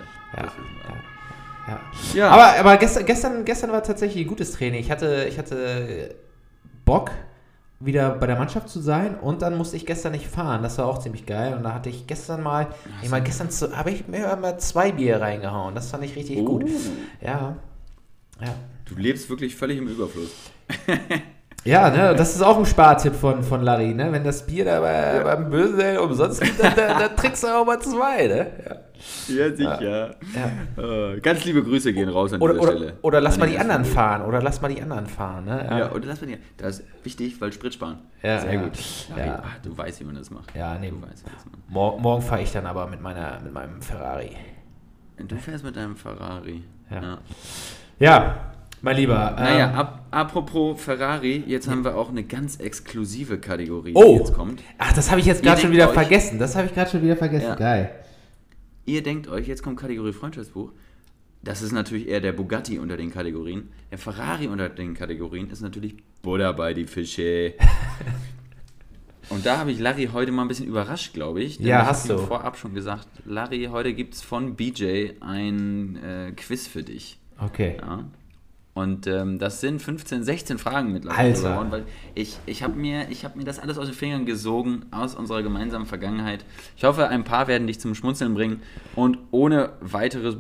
Ja. Aber gestern war tatsächlich ein gutes Training. Ich hatte Bock, wieder bei der Mannschaft zu sein und dann musste ich gestern nicht fahren. Das war auch ziemlich geil. Und da hatte ich gestern habe ich mir mal 2 Bier reingehauen. Das fand ich richtig gut. Ja. Du lebst wirklich völlig im Überfluss. Ja, ne, das ist auch ein Spartipp von Larry, ne? Wenn das Bier da beim Böse umsonst gibt, dann trinkst du auch mal 2, ne? Ja, sicher. Ja. Ganz liebe Grüße gehen raus an dieser Stelle. Oder lass mal die anderen fahren. Ne? Ja, oder lass mal die. Das ist wichtig, weil Sprit sparen. Ja, sehr gut. Ja. Ach, du weißt, wie man das macht. Ja, nee. Morgen fahre ich dann aber mit meinem Ferrari. Du fährst mit deinem Ferrari. Ja. Mein Lieber. Naja, apropos Ferrari, jetzt haben wir auch eine ganz exklusive Kategorie, die jetzt kommt. Ach, das habe ich jetzt gerade schon wieder vergessen. Ja. Geil. Ihr denkt euch, jetzt kommt Kategorie Freundschaftsbuch. Das ist natürlich eher der Bugatti unter den Kategorien. Der Ferrari unter den Kategorien ist natürlich Butter bei die Fische. Und da habe ich Larry heute mal ein bisschen überrascht, glaube ich. Ja, hast du. Ich habe vorab schon gesagt, Larry, heute gibt es von BJ ein Quiz für dich. Okay. Ja. Und das sind 15, 16 Fragen mittlerweile geworden, weil ich habe mir das alles aus den Fingern gesogen, aus unserer gemeinsamen Vergangenheit. Ich hoffe, ein paar werden dich zum Schmunzeln bringen und ohne weiteres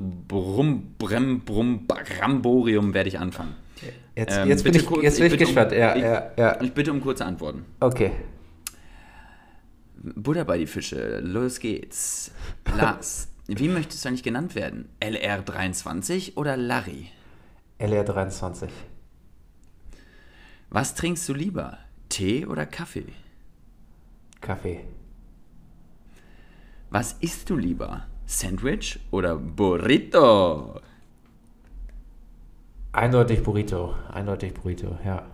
Bramborium werde ich anfangen. Jetzt bin ich gespannt. Ja. Ich bitte um kurze Antworten. Okay. Butter bei die Fische, los geht's. Lars, wie möchtest du eigentlich genannt werden? LR23 oder Larry? LR23. Was trinkst du lieber? Tee oder Kaffee? Kaffee. Was isst du lieber? Sandwich oder Burrito? Eindeutig Burrito, ja.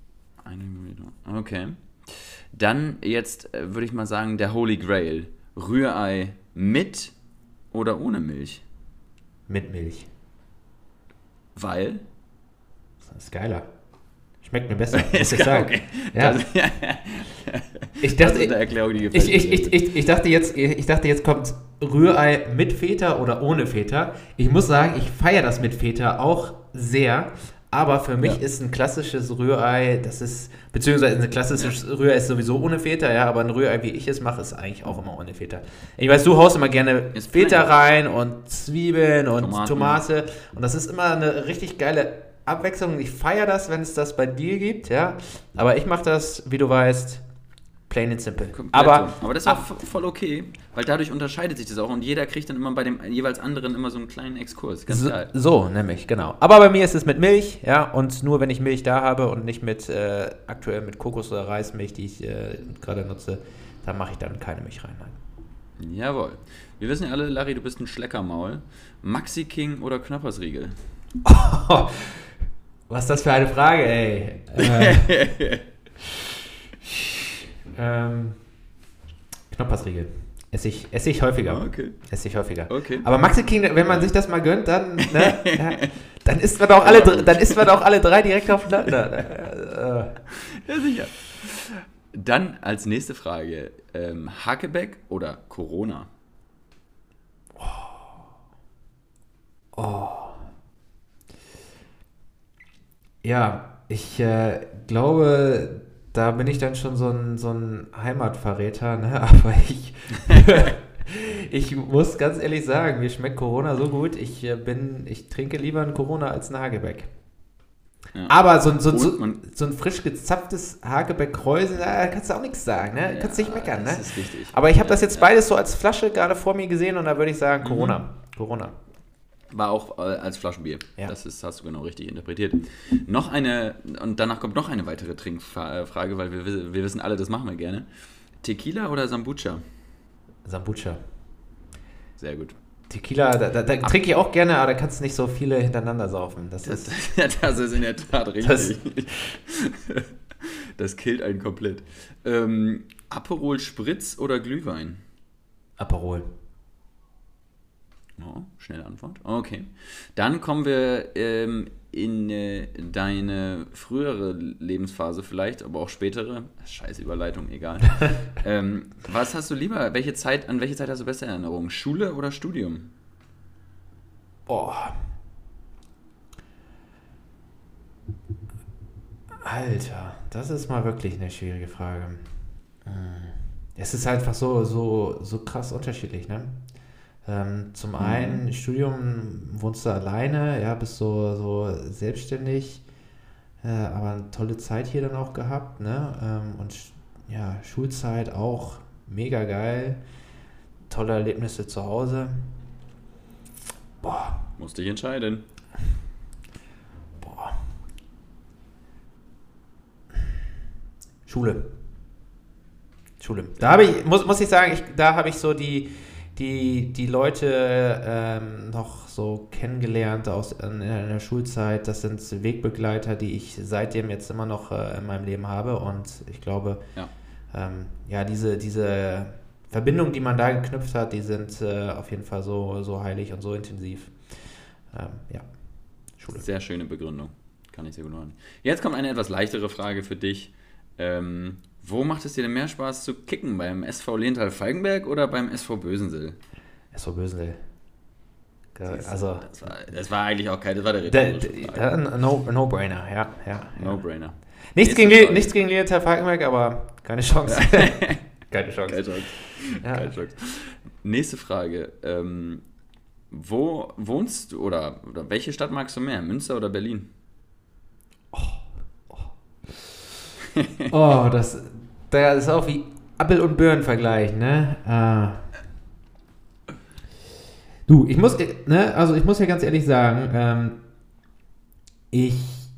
Okay. Dann jetzt würde ich mal sagen, der Holy Grail. Rührei mit oder ohne Milch? Mit Milch. Weil? Das ist geiler. Schmeckt mir besser, muss ich sagen. Okay. Ja. Ich dachte, eine Erklärung, die gefällt ich dachte jetzt kommt Rührei mit Feta oder ohne Feta. Ich muss sagen, ich feiere das mit Feta auch sehr. Aber für mich ist ein klassisches Rührei, beziehungsweise ein klassisches Rührei ist sowieso ohne Feta, ja, aber ein Rührei, wie ich es mache, ist eigentlich auch immer ohne Feta. Ich weiß, du haust immer gerne Feta rein und Zwiebeln und Tomate und das ist immer eine richtig geile Abwechslung. Ich feiere das, wenn es das bei dir gibt, ja, aber ich mache das, wie du weißt, plain and simple. Aber das ist auch voll okay, weil dadurch unterscheidet sich das auch und jeder kriegt dann immer bei dem jeweils anderen immer so einen kleinen Exkurs. Ganz geil. So, nämlich, genau. Aber bei mir ist es mit Milch, ja, und nur wenn ich Milch da habe und nicht aktuell mit Kokos- oder Reismilch, die ich gerade nutze, dann mache ich dann keine Milch rein. Nein. Jawohl. Wir wissen ja alle, Larry, du bist ein Schleckermaul. Maxi King oder Knoppersriegel? Was ist das für eine Frage, ey? Knoppersriegel. Esse ich häufiger. Okay. Esse ich häufiger. Okay. Aber Maxi King, wenn man sich das mal gönnt, dann, ne, ja, dann isst man auch alle drei direkt aufeinander. Ja, sicher. Dann als nächste Frage, Hakebeck oder Corona? Ja, ich glaube, da bin ich dann schon so ein Heimatverräter, ne? Aber ich muss ganz ehrlich sagen, mir schmeckt Corona so gut, ich trinke lieber ein Corona als ein Hagebeck. Ja. Aber so ein frisch gezapftes Hagebeck-Kräusel, da kannst du auch nichts sagen, ne? Kannst nicht meckern, ne? Das ist richtig. Aber ich habe das jetzt beides so als Flasche gerade vor mir gesehen und da würde ich sagen Corona. Corona. War auch als Flaschenbier. Ja. Das hast du genau richtig interpretiert. Noch eine, und danach kommt noch eine weitere Trinkfrage, weil wir wissen alle, das machen wir gerne. Tequila oder Sambucha? Sambucha. Sehr gut. Tequila, da trinke ich auch gerne, aber da kannst du nicht so viele hintereinander saufen. Das ist in der Tat richtig. Das killt einen komplett. Aperol Spritz oder Glühwein? Aperol. Oh, schnelle Antwort. Okay. Dann kommen wir in deine frühere Lebensphase vielleicht, aber auch spätere. Scheiß Überleitung, egal. Was hast du lieber? An welche Zeit hast du beste Erinnerungen? Schule oder Studium? Boah. Alter, das ist mal wirklich eine schwierige Frage. Es ist einfach so krass unterschiedlich, ne? Zum einen, Studium wohnst du alleine, ja, bist so selbstständig, aber eine tolle Zeit hier dann auch gehabt, ne? Und ja, Schulzeit auch mega geil, tolle Erlebnisse zu Hause. Boah. Musste ich entscheiden. Boah. Schule. Da muss ich sagen, da habe ich so die Leute noch so kennengelernt in der Schulzeit. Das sind Wegbegleiter, die ich seitdem jetzt immer noch in meinem Leben habe. Und ich glaube, diese Verbindungen, die man da geknüpft hat, die sind auf jeden Fall so heilig und so intensiv. Schule. Sehr schöne Begründung. Kann ich sehr gut machen. Jetzt kommt eine etwas leichtere Frage für dich. Wo macht es dir denn mehr Spaß zu kicken? Beim SV Lehntal-Falkenberg oder beim SV Bösensee? SV Bösensee. Also, das war eigentlich auch das war der rhetorische No-Brainer, ja. No-Brainer. Nichts gegen Lehntal-Falkenberg, aber keine Chance. Keine Chance. Keine Chance. Nächste Frage. Wo wohnst du oder welche Stadt magst du mehr? Münster oder Berlin? Oh, das ist auch wie Apfel- und Birnen-Vergleich, ne? Du, ich muss ja ganz ehrlich sagen, ich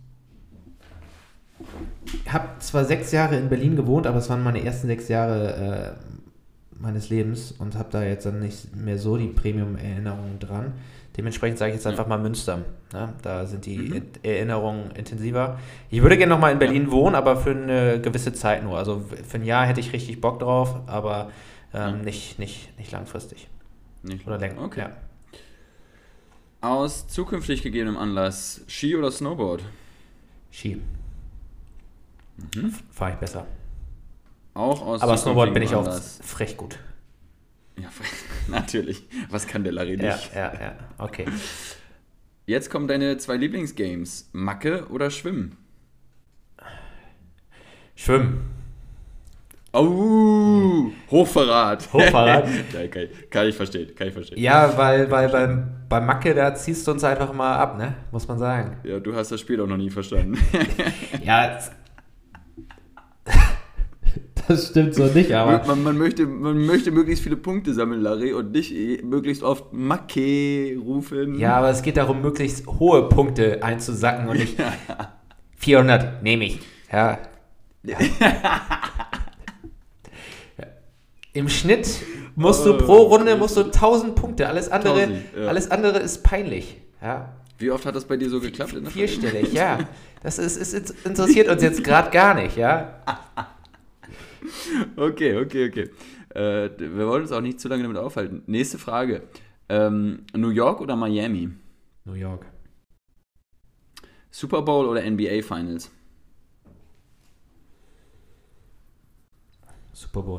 habe zwar 6 Jahre in Berlin gewohnt, aber es waren meine ersten 6 Jahre meines Lebens und habe da jetzt dann nicht mehr so die Premium-Erinnerungen dran. Dementsprechend sage ich jetzt einfach mal Münster. Ne? Da sind die Erinnerungen intensiver. Ich würde gerne nochmal in Berlin wohnen, aber für eine gewisse Zeit nur. Also für ein Jahr hätte ich richtig Bock drauf, aber nicht langfristig. Nicht oder länger. Okay. Ja. Aus zukünftig gegebenem Anlass, Ski oder Snowboard? Ski. Fahre ich besser. Auch aus aber Snowboard bin ich auch Anlass. frech gut. Ja, natürlich. Was kann der Larry nicht? Ja, okay. Jetzt kommen deine 2 Lieblingsgames. Macke oder Schwimmen? Schwimmen. Oh, Hochverrat. Ja, kann ich verstehen. Ja, weil bei Macke, da ziehst du uns einfach mal ab, ne? Muss man sagen. Ja, du hast das Spiel auch noch nie verstanden. Ja, das stimmt so nicht, aber... Man möchte möglichst viele Punkte sammeln, Larry, und nicht möglichst oft Macke rufen. Ja, aber es geht darum, möglichst hohe Punkte einzusacken und nicht 400 nehme ich. Ja. Im Schnitt musst du pro Runde 1000 Punkte. Alles andere ist peinlich. Ja. Wie oft hat das bei dir so geklappt? Vierstellig, ja. Das interessiert uns jetzt gerade gar nicht, ja. Okay. Wir wollen uns auch nicht zu lange damit aufhalten. Nächste Frage. New York oder Miami? New York. Super Bowl oder NBA Finals? Super Bowl.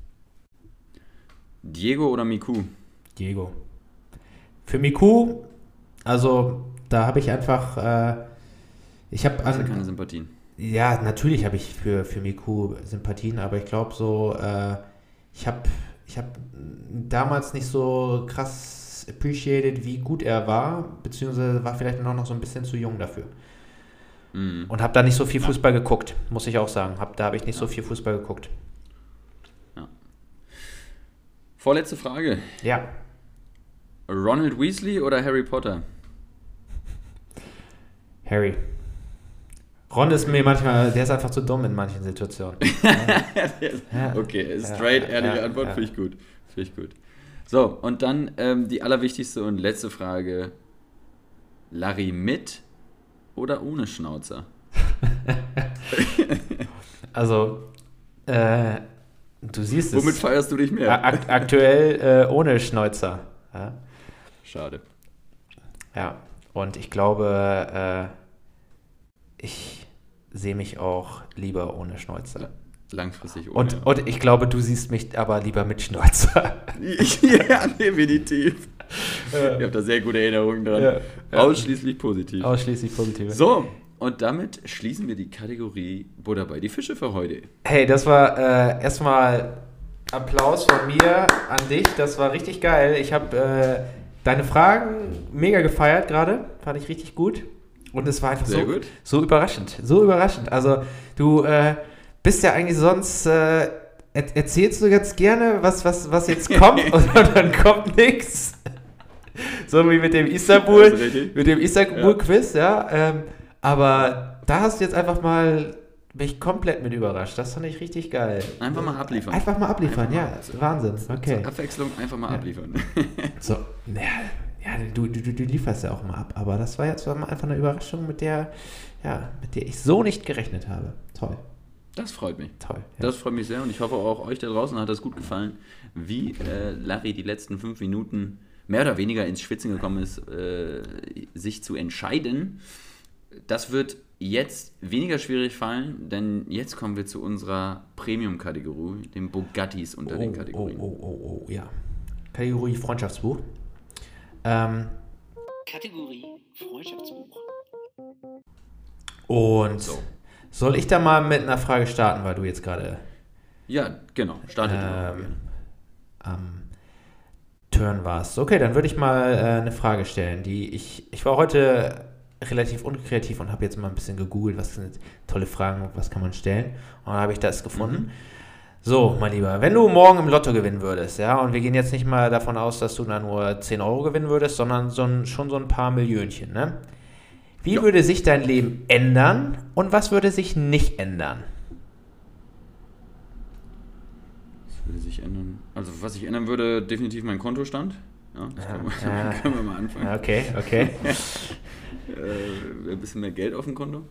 Diego oder Miku? Diego. Für Miku, also da habe ich einfach, ich habe Hast du keine Sympathien? Ja, natürlich habe ich für Miku Sympathien, aber ich glaube so, ich hab damals nicht so krass appreciated, wie gut er war, beziehungsweise war vielleicht noch so ein bisschen zu jung dafür. Und habe da nicht so viel Fußball geguckt, muss ich auch sagen. Da habe ich nicht so viel Fußball geguckt. Ja. Vorletzte Frage. Ja. Ronald Weasley oder Harry Potter? Harry. Ron ist mir manchmal, der ist einfach zu dumm in manchen Situationen. Okay, straight, ehrliche Antwort, finde ich gut. So, und dann die allerwichtigste und letzte Frage. Larry mit oder ohne Schnauzer? Also, du siehst es. Womit feierst du dich mehr? Aktuell ohne Schnäuzer. Ja. Schade. Ja, und ich glaube, ich sehe mich auch lieber ohne Schnäuzer. Langfristig ohne. Und ich glaube, du siehst mich aber lieber mit Schnäuzer. Ja, definitiv. Ich habe da sehr gute Erinnerungen dran. Ja. Ausschließlich positiv. Ausschließlich positiv. So, und damit schließen wir die Kategorie Butter bei die Fische für heute. Hey, das war erstmal Applaus von mir an dich. Das war richtig geil. Ich habe deine Fragen mega gefeiert gerade. Fand ich richtig gut. Und es war einfach so überraschend. So überraschend. Also du bist ja eigentlich sonst, erzählst du jetzt gerne, was jetzt kommt und dann kommt nichts. So wie mit dem Istanbul-Quiz, ja. Aber da hast du jetzt einfach mal mich komplett mit überrascht. Das fand ich richtig geil. Einfach mal abliefern. Wahnsinn. Okay. Zur Abwechslung einfach mal abliefern. So, ja, du lieferst ja auch mal ab, aber das war jetzt einfach eine Überraschung, mit der ich so nicht gerechnet habe. Toll. Das freut mich. Toll. Ja. Das freut mich sehr und ich hoffe auch euch da draußen hat das gut gefallen, wie Larry die letzten 5 Minuten mehr oder weniger ins Schwitzen gekommen ist, sich zu entscheiden. Das wird jetzt weniger schwierig fallen, denn jetzt kommen wir zu unserer Premium-Kategorie, den Bugattis unter den Kategorien. Ja. Kategorie Freundschaftsbuch. Kategorie Freundschaftsbuch. Und soll ich da mal mit einer Frage starten, weil du jetzt gerade Ja, genau. Startet am Turn warst. Okay, dann würde ich mal eine Frage stellen, die ich war heute relativ unkreativ und habe jetzt mal ein bisschen gegoogelt, was sind tolle Fragen, was kann man stellen. Und dann habe ich das gefunden. So, mein Lieber, wenn du morgen im Lotto gewinnen würdest, ja, und wir gehen jetzt nicht mal davon aus, dass du da nur 10 Euro gewinnen würdest, sondern schon so ein paar Millionchen, ne? Wie würde sich dein Leben ändern und was würde sich nicht ändern? Was würde sich ändern? Also, was sich ändern würde, definitiv mein Kontostand. Ja, das können wir mal anfangen. Okay. Ein bisschen mehr Geld auf dem Konto.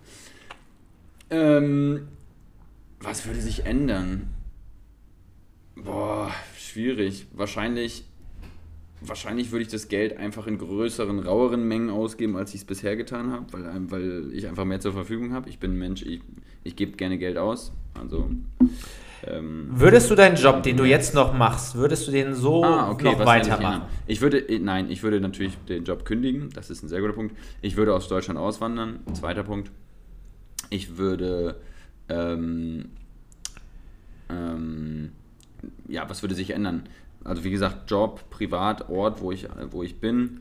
Was würde sich ändern? Boah, schwierig. Wahrscheinlich würde ich das Geld einfach in größeren, raueren Mengen ausgeben, als ich es bisher getan habe, weil ich einfach mehr zur Verfügung habe. Ich bin ein Mensch, ich gebe gerne Geld aus. Also, würdest du deinen Job, den du jetzt noch machst, würdest du den noch weitermachen? Ich würde natürlich den Job kündigen. Das ist ein sehr guter Punkt. Ich würde aus Deutschland auswandern. Zweiter Punkt. Ich würde was würde sich ändern? Also wie gesagt, Job, privat, Ort, wo ich bin.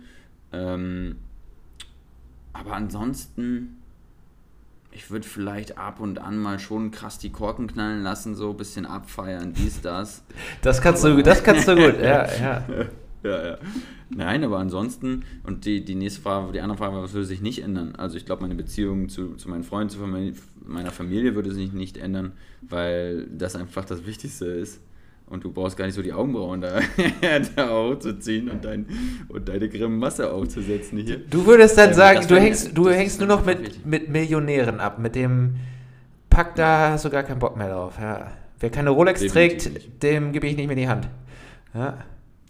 Aber ansonsten, ich würde vielleicht ab und an mal schon krass die Korken knallen lassen, so ein bisschen abfeiern, dies, das. Das kannst du gut, ja. Ja. Nein, aber ansonsten, und die nächste Frage, die andere Frage war, was würde sich nicht ändern? Also ich glaube, meine Beziehung zu meinen Freunden, zu meiner Familie würde sich nicht ändern, weil das einfach das Wichtigste ist. Und du brauchst gar nicht so die Augenbrauen da hochzuziehen und deine Grimasse aufzusetzen hier. Du würdest dann sagen, du hängst nur noch mit Millionären ab. Mit dem Pack, da hast du gar keinen Bock mehr drauf. Ja. Wer keine Rolex Definitiv trägt, nicht. dem gebe ich nicht mehr die Hand. Ja.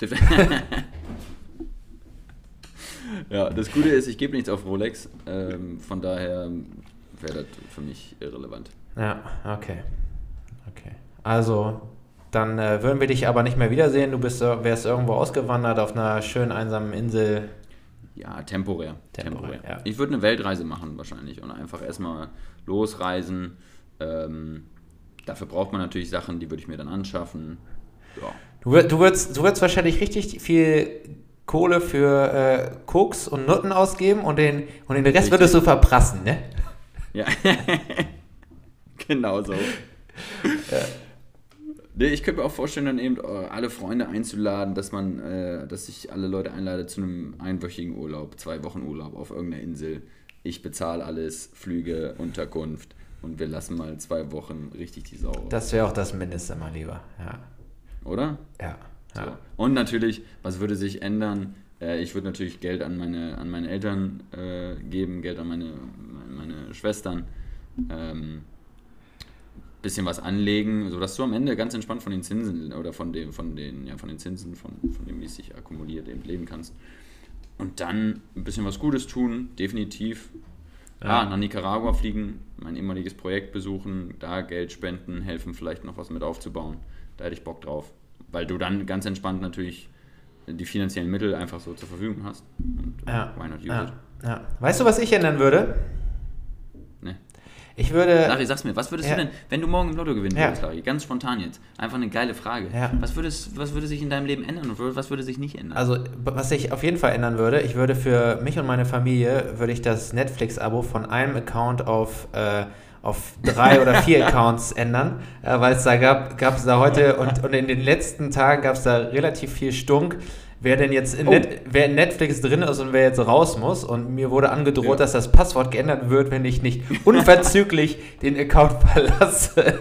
Ja, das Gute ist, ich gebe nichts auf Rolex. Von daher wäre das für mich irrelevant. Ja, okay. Also, dann würden wir dich aber nicht mehr wiedersehen. Du wärst irgendwo ausgewandert auf einer schönen einsamen Insel. Ja, temporär. Ja. Ich würde eine Weltreise machen wahrscheinlich und einfach erstmal losreisen. Dafür braucht man natürlich Sachen, die würde ich mir dann anschaffen. Ja. Du würdest wahrscheinlich richtig viel Kohle für Koks und Nutten ausgeben und den Rest würdest du verprassen, ne? Ja, genau so. Nee, ich könnte mir auch vorstellen, dann eben alle Freunde einzuladen, dass ich alle Leute einlade zu einem einwöchigen Urlaub, 2 Wochen Urlaub auf irgendeiner Insel. Ich bezahle alles, Flüge, Unterkunft und wir lassen mal 2 Wochen richtig die Sau raus. Das wäre auch das Mindeste, mein Lieber. Ja. Oder? Ja. So. Und natürlich, was würde sich ändern? Ich würde natürlich Geld an meine Eltern geben, Geld an meine Schwestern, bisschen was anlegen, sodass du am Ende ganz entspannt von den Zinsen oder von den Zinsen, von dem, wie es sich akkumuliert, eben leben kannst. Und dann ein bisschen was Gutes tun, definitiv. Ja, nach Nicaragua fliegen, mein ehemaliges Projekt besuchen, da Geld spenden, helfen, vielleicht noch was mit aufzubauen. Da hätte ich Bock drauf. Weil du dann ganz entspannt natürlich die finanziellen Mittel einfach so zur Verfügung hast. Und why not use it? Ja. Weißt du, was ich ändern würde? Ne. Ich würde... Larry, sag's mir, was würdest du denn, wenn du morgen im Lotto gewinnen würdest, Larry, ganz spontan jetzt, einfach eine geile Frage. Ja. Was würde sich in deinem Leben ändern und was würde sich nicht ändern? Also, was ich auf jeden Fall ändern würde, ich würde für mich und meine Familie, würde ich das Netflix-Abo von einem Account auf 3 oder 4 Accounts ändern, weil es da gab es da heute und in den letzten Tagen gab es da relativ viel Stunk, wer denn jetzt wer in Netflix drin ist und wer jetzt raus muss, und mir wurde angedroht, dass das Passwort geändert wird, wenn ich nicht unverzüglich den Account verlasse.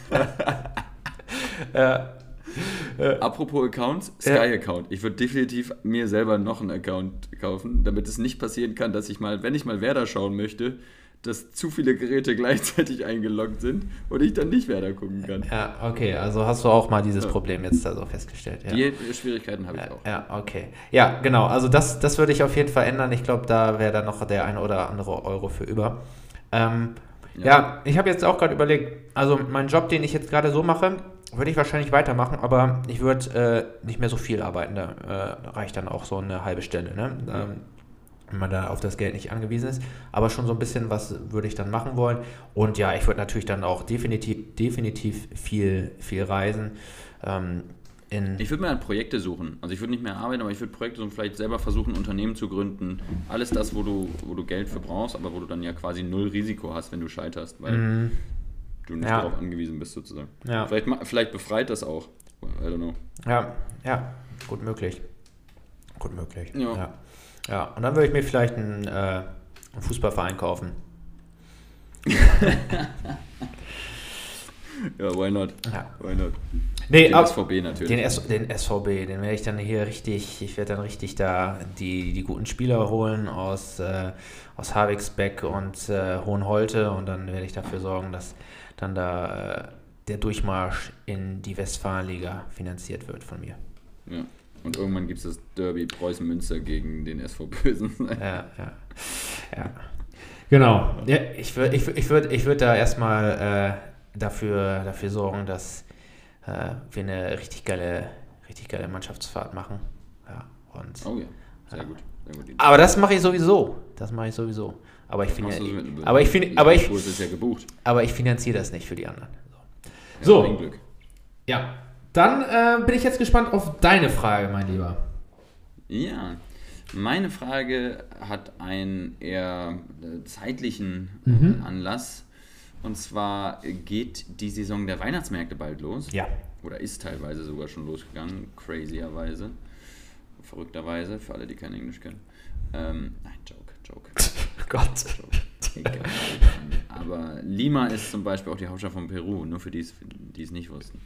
Apropos Accounts, Sky-Account. Ich würde definitiv mir selber noch einen Account kaufen, damit es nicht passieren kann, dass wenn ich mal Werder schauen möchte, dass zu viele Geräte gleichzeitig eingeloggt sind und ich dann nicht Werder gucken kann. Ja, okay, also hast du auch mal dieses Problem jetzt da so festgestellt. Ja. Die Schwierigkeiten habe ich auch. Ja, okay. Ja, genau, also das würde ich auf jeden Fall ändern. Ich glaube, da wäre dann noch der ein oder andere Euro für über. Ja, ich habe jetzt auch gerade überlegt, also meinen Job, den ich jetzt gerade so mache, würde ich wahrscheinlich weitermachen, aber ich würde nicht mehr so viel arbeiten. Da reicht dann auch so eine halbe Stelle, ne? Wenn man da auf das Geld nicht angewiesen ist. Aber schon so ein bisschen was würde ich dann machen wollen. Und ja, ich würde natürlich dann auch definitiv viel reisen. Ich würde mir halt Projekte suchen. Also ich würde nicht mehr arbeiten, aber ich würde Projekte suchen, vielleicht selber versuchen, ein Unternehmen zu gründen. Alles das, wo du Geld für brauchst, aber wo du dann ja quasi 0 Risiko hast, wenn du scheiterst, weil du nicht darauf angewiesen bist, sozusagen. Ja. Vielleicht befreit das auch. I don't know. Ja, gut möglich. Ja, und dann würde ich mir vielleicht einen Fußballverein kaufen. Ja, why not? Ja. Why not? Nee, den SVB natürlich. Den SVB, den werde ich dann hier ich werde dann richtig da die guten Spieler holen aus Havixbeck und Hohenholte, und dann werde ich dafür sorgen, dass dann da der Durchmarsch in die Westfalenliga finanziert wird von mir. Ja. Und irgendwann gibt es das Derby Preußen-Münster gegen den SV Bösen. Ja. Genau. Ja, ich würd da erstmal dafür sorgen, dass wir eine richtig geile Mannschaftsfahrt machen. Ja, und, oh ja, sehr gut. Aber das mache ich sowieso. Aber ich finanziere das nicht für die anderen. So. Ein Glück. Ja. Dann bin ich jetzt gespannt auf deine Frage, mein Lieber. Ja, meine Frage hat einen eher zeitlichen Anlass. Und zwar geht die Saison der Weihnachtsmärkte bald los. Ja. Oder ist teilweise sogar schon losgegangen, crazierweise. Verrückterweise, für alle, die kein Englisch können. Nein, Joke. Gott. Joke. Aber Lima ist zum Beispiel auch die Hauptstadt von Peru, nur für die es nicht wussten.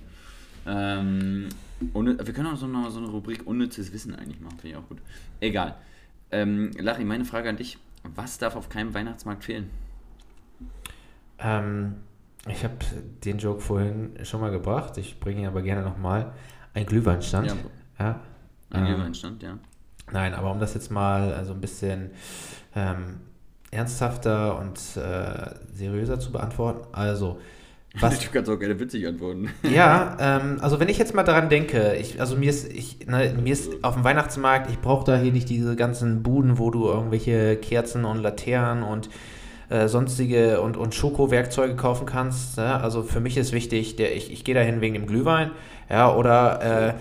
Wir können auch noch so eine Rubrik unnützes Wissen eigentlich machen, finde ich auch gut. Egal. Larry, meine Frage an dich. Was darf auf keinem Weihnachtsmarkt fehlen? Ich habe den Joke vorhin schon mal gebracht, ich bringe ihn aber gerne nochmal. Ein Glühweinstand. Ja. Ein Glühweinstand, ja. Nein, aber um das jetzt mal so ein bisschen ernsthafter und seriöser zu beantworten. Also, was... Du kannst auch gerne witzig antworten. Ja, also wenn ich jetzt mal daran denke, mir ist auf dem Weihnachtsmarkt, ich brauche da hier nicht diese ganzen Buden, wo du irgendwelche Kerzen und Laternen und sonstige und Schokowerkzeuge kaufen kannst. Ne? Also für mich ist wichtig, ich gehe dahin wegen dem Glühwein, ja, oder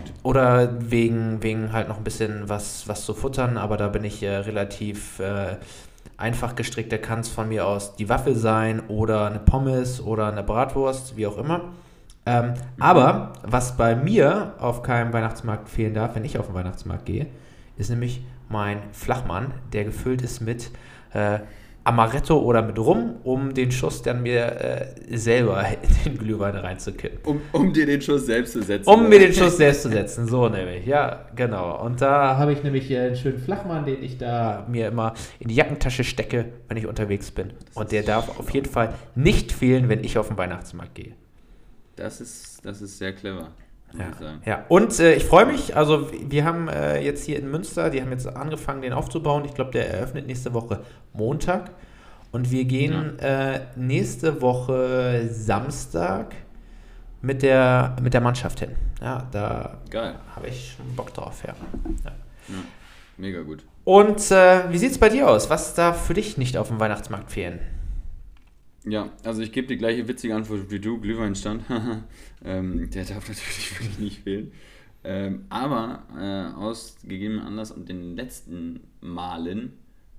wegen halt noch ein bisschen was zu futtern, aber da bin ich relativ einfach gestrickt, da kann es von mir aus die Waffel sein oder eine Pommes oder eine Bratwurst, wie auch immer. Aber was bei mir auf keinem Weihnachtsmarkt fehlen darf, wenn ich auf den Weihnachtsmarkt gehe, ist nämlich mein Flachmann, der gefüllt ist mit Amaretto oder mit Rum, um den Schuss dann mir selber in den Glühwein reinzukippen. Um dir den Schuss selbst zu setzen. Um mir den Schuss selbst zu setzen, so nämlich. Ja, genau. Und da habe ich nämlich einen schönen Flachmann, den ich da mir immer in die Jackentasche stecke, wenn ich unterwegs bin. Und der darf auf jeden Fall nicht fehlen, wenn ich auf den Weihnachtsmarkt gehe. Das ist sehr clever. Ja. Und ich freue mich, also wir haben jetzt hier in Münster, die haben jetzt angefangen, den aufzubauen. Ich glaube, der eröffnet nächste Woche Montag. Und wir gehen nächste Woche Samstag mit der Mannschaft hin. Ja, da habe ich schon Bock drauf, ja. Mega gut. Und wie sieht es bei dir aus? Was darf für dich nicht auf dem Weihnachtsmarkt fehlen? Ja, also ich gebe die gleiche witzige Antwort wie du, Glühweinstand. Der darf natürlich wirklich nicht fehlen. Aber aus gegebenem Anlass und den letzten Malen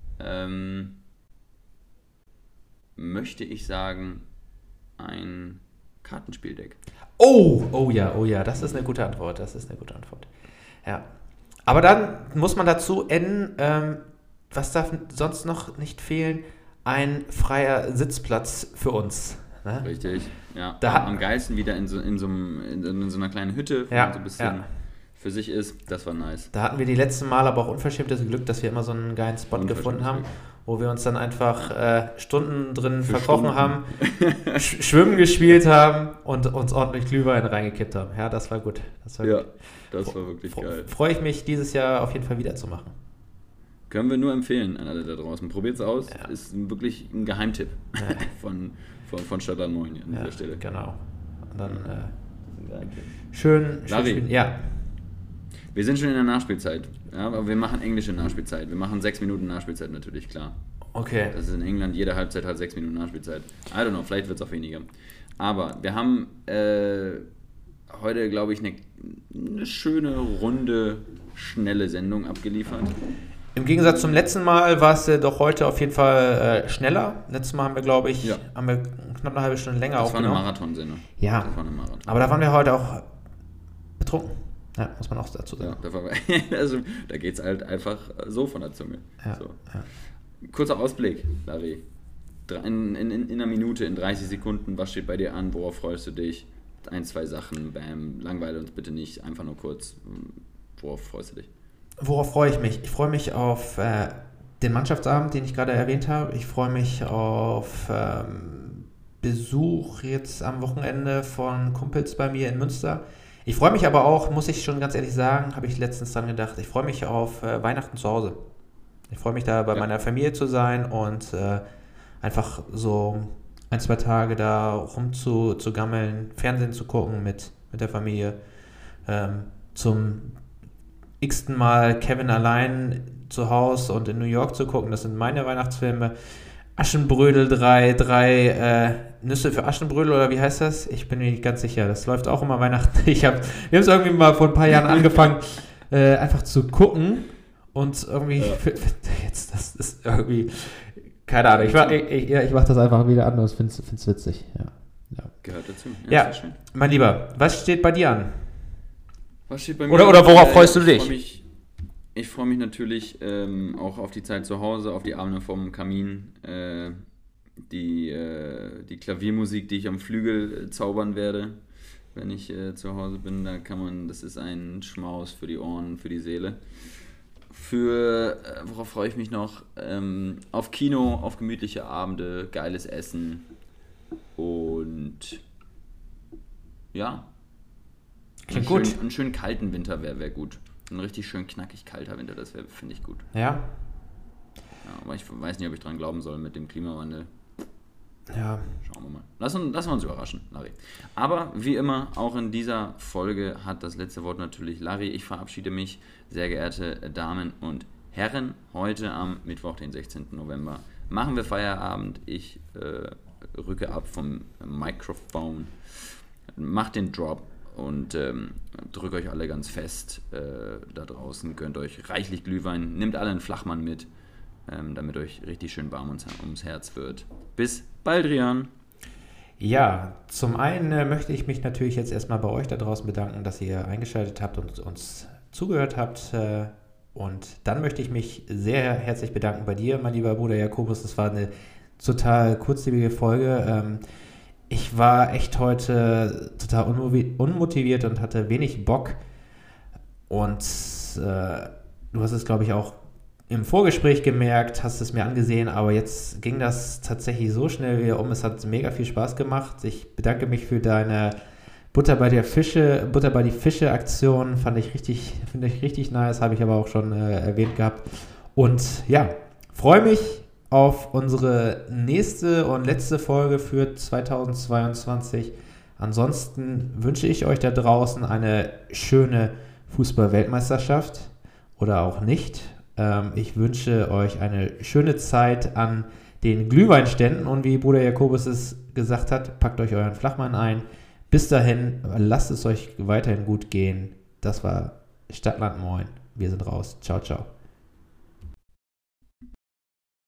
möchte ich sagen, ein Kartenspieldeck. Oh ja, das ist eine gute Antwort. Ja. Aber dann muss man dazu enden, was darf sonst noch nicht fehlen? Ein freier Sitzplatz für uns. Ne? Richtig, ja. Da am geilsten wieder in so einer kleinen Hütte, wo man so ein bisschen für sich ist. Das war nice. Da hatten wir die letzten Mal aber auch unverschämtes Glück, dass wir immer so einen geilen Spot gefunden haben, wo wir uns dann einfach Stunden drin verkrochen haben, Schwimmen gespielt haben und uns ordentlich Glühwein reingekippt haben. Ja, das war gut. Das war wirklich geil. Freue ich mich, dieses Jahr auf jeden Fall wieder zu machen. Können wir nur empfehlen an alle da draußen. Probiert es aus. Ja. Ist wirklich ein Geheimtipp von Stadt an Moin an dieser Stelle. Genau. Und dann schön spielen. Ja. Wir sind schon in der Nachspielzeit. Ja, aber wir machen englische Nachspielzeit. Wir machen 6 Minuten Nachspielzeit natürlich, klar. Okay. Das ist in England, jede Halbzeit hat 6 Minuten Nachspielzeit. I don't know, vielleicht wird es auch weniger. Aber wir haben heute, glaube ich, eine schöne, runde, schnelle Sendung abgeliefert. Im Gegensatz zum letzten Mal war es doch heute auf jeden Fall schneller. Letztes Mal haben wir, glaube ich, knapp eine halbe Stunde länger aufgenommen. Das war eine Marathonsendung. Ja, aber da waren wir heute auch betrunken. Ja, muss man auch dazu sagen. Ja, also, da geht es halt einfach so von der Zunge. Ja, so. Kurzer Ausblick, Larry. In einer Minute, in 30 Sekunden, was steht bei dir an? Worauf freust du dich? 1, 2 Sachen, bam, langweile uns bitte nicht, einfach nur kurz. Worauf freust du dich? Worauf freue ich mich? Ich freue mich auf den Mannschaftsabend, den ich gerade erwähnt habe. Ich freue mich auf Besuch jetzt am Wochenende von Kumpels bei mir in Münster. Ich freue mich aber auch, muss ich schon ganz ehrlich sagen, habe ich letztens dran gedacht, ich freue mich auf Weihnachten zu Hause. Ich freue mich da bei meiner Familie zu sein und einfach so 1, 2 Tage da rum zu gammeln, Fernsehen zu gucken mit der Familie. Zum x-ten Mal Kevin allein zu Hause und in New York zu gucken. Das sind meine Weihnachtsfilme. Aschenbrödel 3 Nüsse für Aschenbrödel oder wie heißt das? Ich bin mir nicht ganz sicher. Das läuft auch immer Weihnachten. Wir haben es irgendwie mal vor ein paar Jahren angefangen, einfach zu gucken und irgendwie jetzt, das ist irgendwie keine Ahnung. Ich mach das einfach wieder an und finde es witzig. Ja. Gehört dazu. Ja, mein Lieber, was steht bei dir an? Was steht bei mir? Oder worauf freust du dich? Ich freue mich natürlich auch auf die Zeit zu Hause, auf die Abende vom Kamin, die Klaviermusik, die ich am Flügel zaubern werde, wenn ich zu Hause bin. Das ist ein Schmaus für die Ohren, für die Seele. Worauf freue ich mich noch? Auf Kino, auf gemütliche Abende, geiles Essen und Und ja. Klingt gut. Einen schönen kalten Winter wäre gut. Ein richtig schön knackig kalter Winter, das finde ich gut. Ja. Ja, aber ich weiß nicht, ob ich dran glauben soll mit dem Klimawandel. Ja. Schauen wir mal. Lassen wir uns überraschen, Larry. Aber wie immer, auch in dieser Folge hat das letzte Wort natürlich Larry. Ich verabschiede mich, sehr geehrte Damen und Herren. Heute am Mittwoch, den 16. November, machen wir Feierabend. Ich rücke ab vom Mikrofon, macht den Drop und drücke euch alle ganz fest da draußen. Gönnt euch reichlich Glühwein, nehmt alle einen Flachmann mit, damit euch richtig schön warm ums Herz wird. Bis bald, Rian. Ja, zum einen möchte ich mich natürlich jetzt erstmal bei euch da draußen bedanken, dass ihr eingeschaltet habt und uns zugehört habt. Und dann möchte ich mich sehr herzlich bedanken bei dir, mein lieber Bruder Jakobus. Das war eine total kurzlebige Folge. Ich war echt heute total unmotiviert und hatte wenig Bock. Und du hast es, glaube ich, auch im Vorgespräch gemerkt, hast es mir angesehen, aber jetzt ging das tatsächlich so schnell wieder um. Es hat mega viel Spaß gemacht. Ich bedanke mich für deine Butter bei die Fische Aktion. Finde ich richtig nice, habe ich aber auch schon erwähnt gehabt. Und ja, freue mich auf unsere nächste und letzte Folge für 2022. Ansonsten wünsche ich euch da draußen eine schöne Fußball-Weltmeisterschaft oder auch nicht. Ich wünsche euch eine schöne Zeit an den Glühweinständen und wie Bruder Jakobus es gesagt hat, packt euch euren Flachmann ein. Bis dahin, lasst es euch weiterhin gut gehen. Das war Stadtland Moin. Wir sind raus. Ciao, ciao.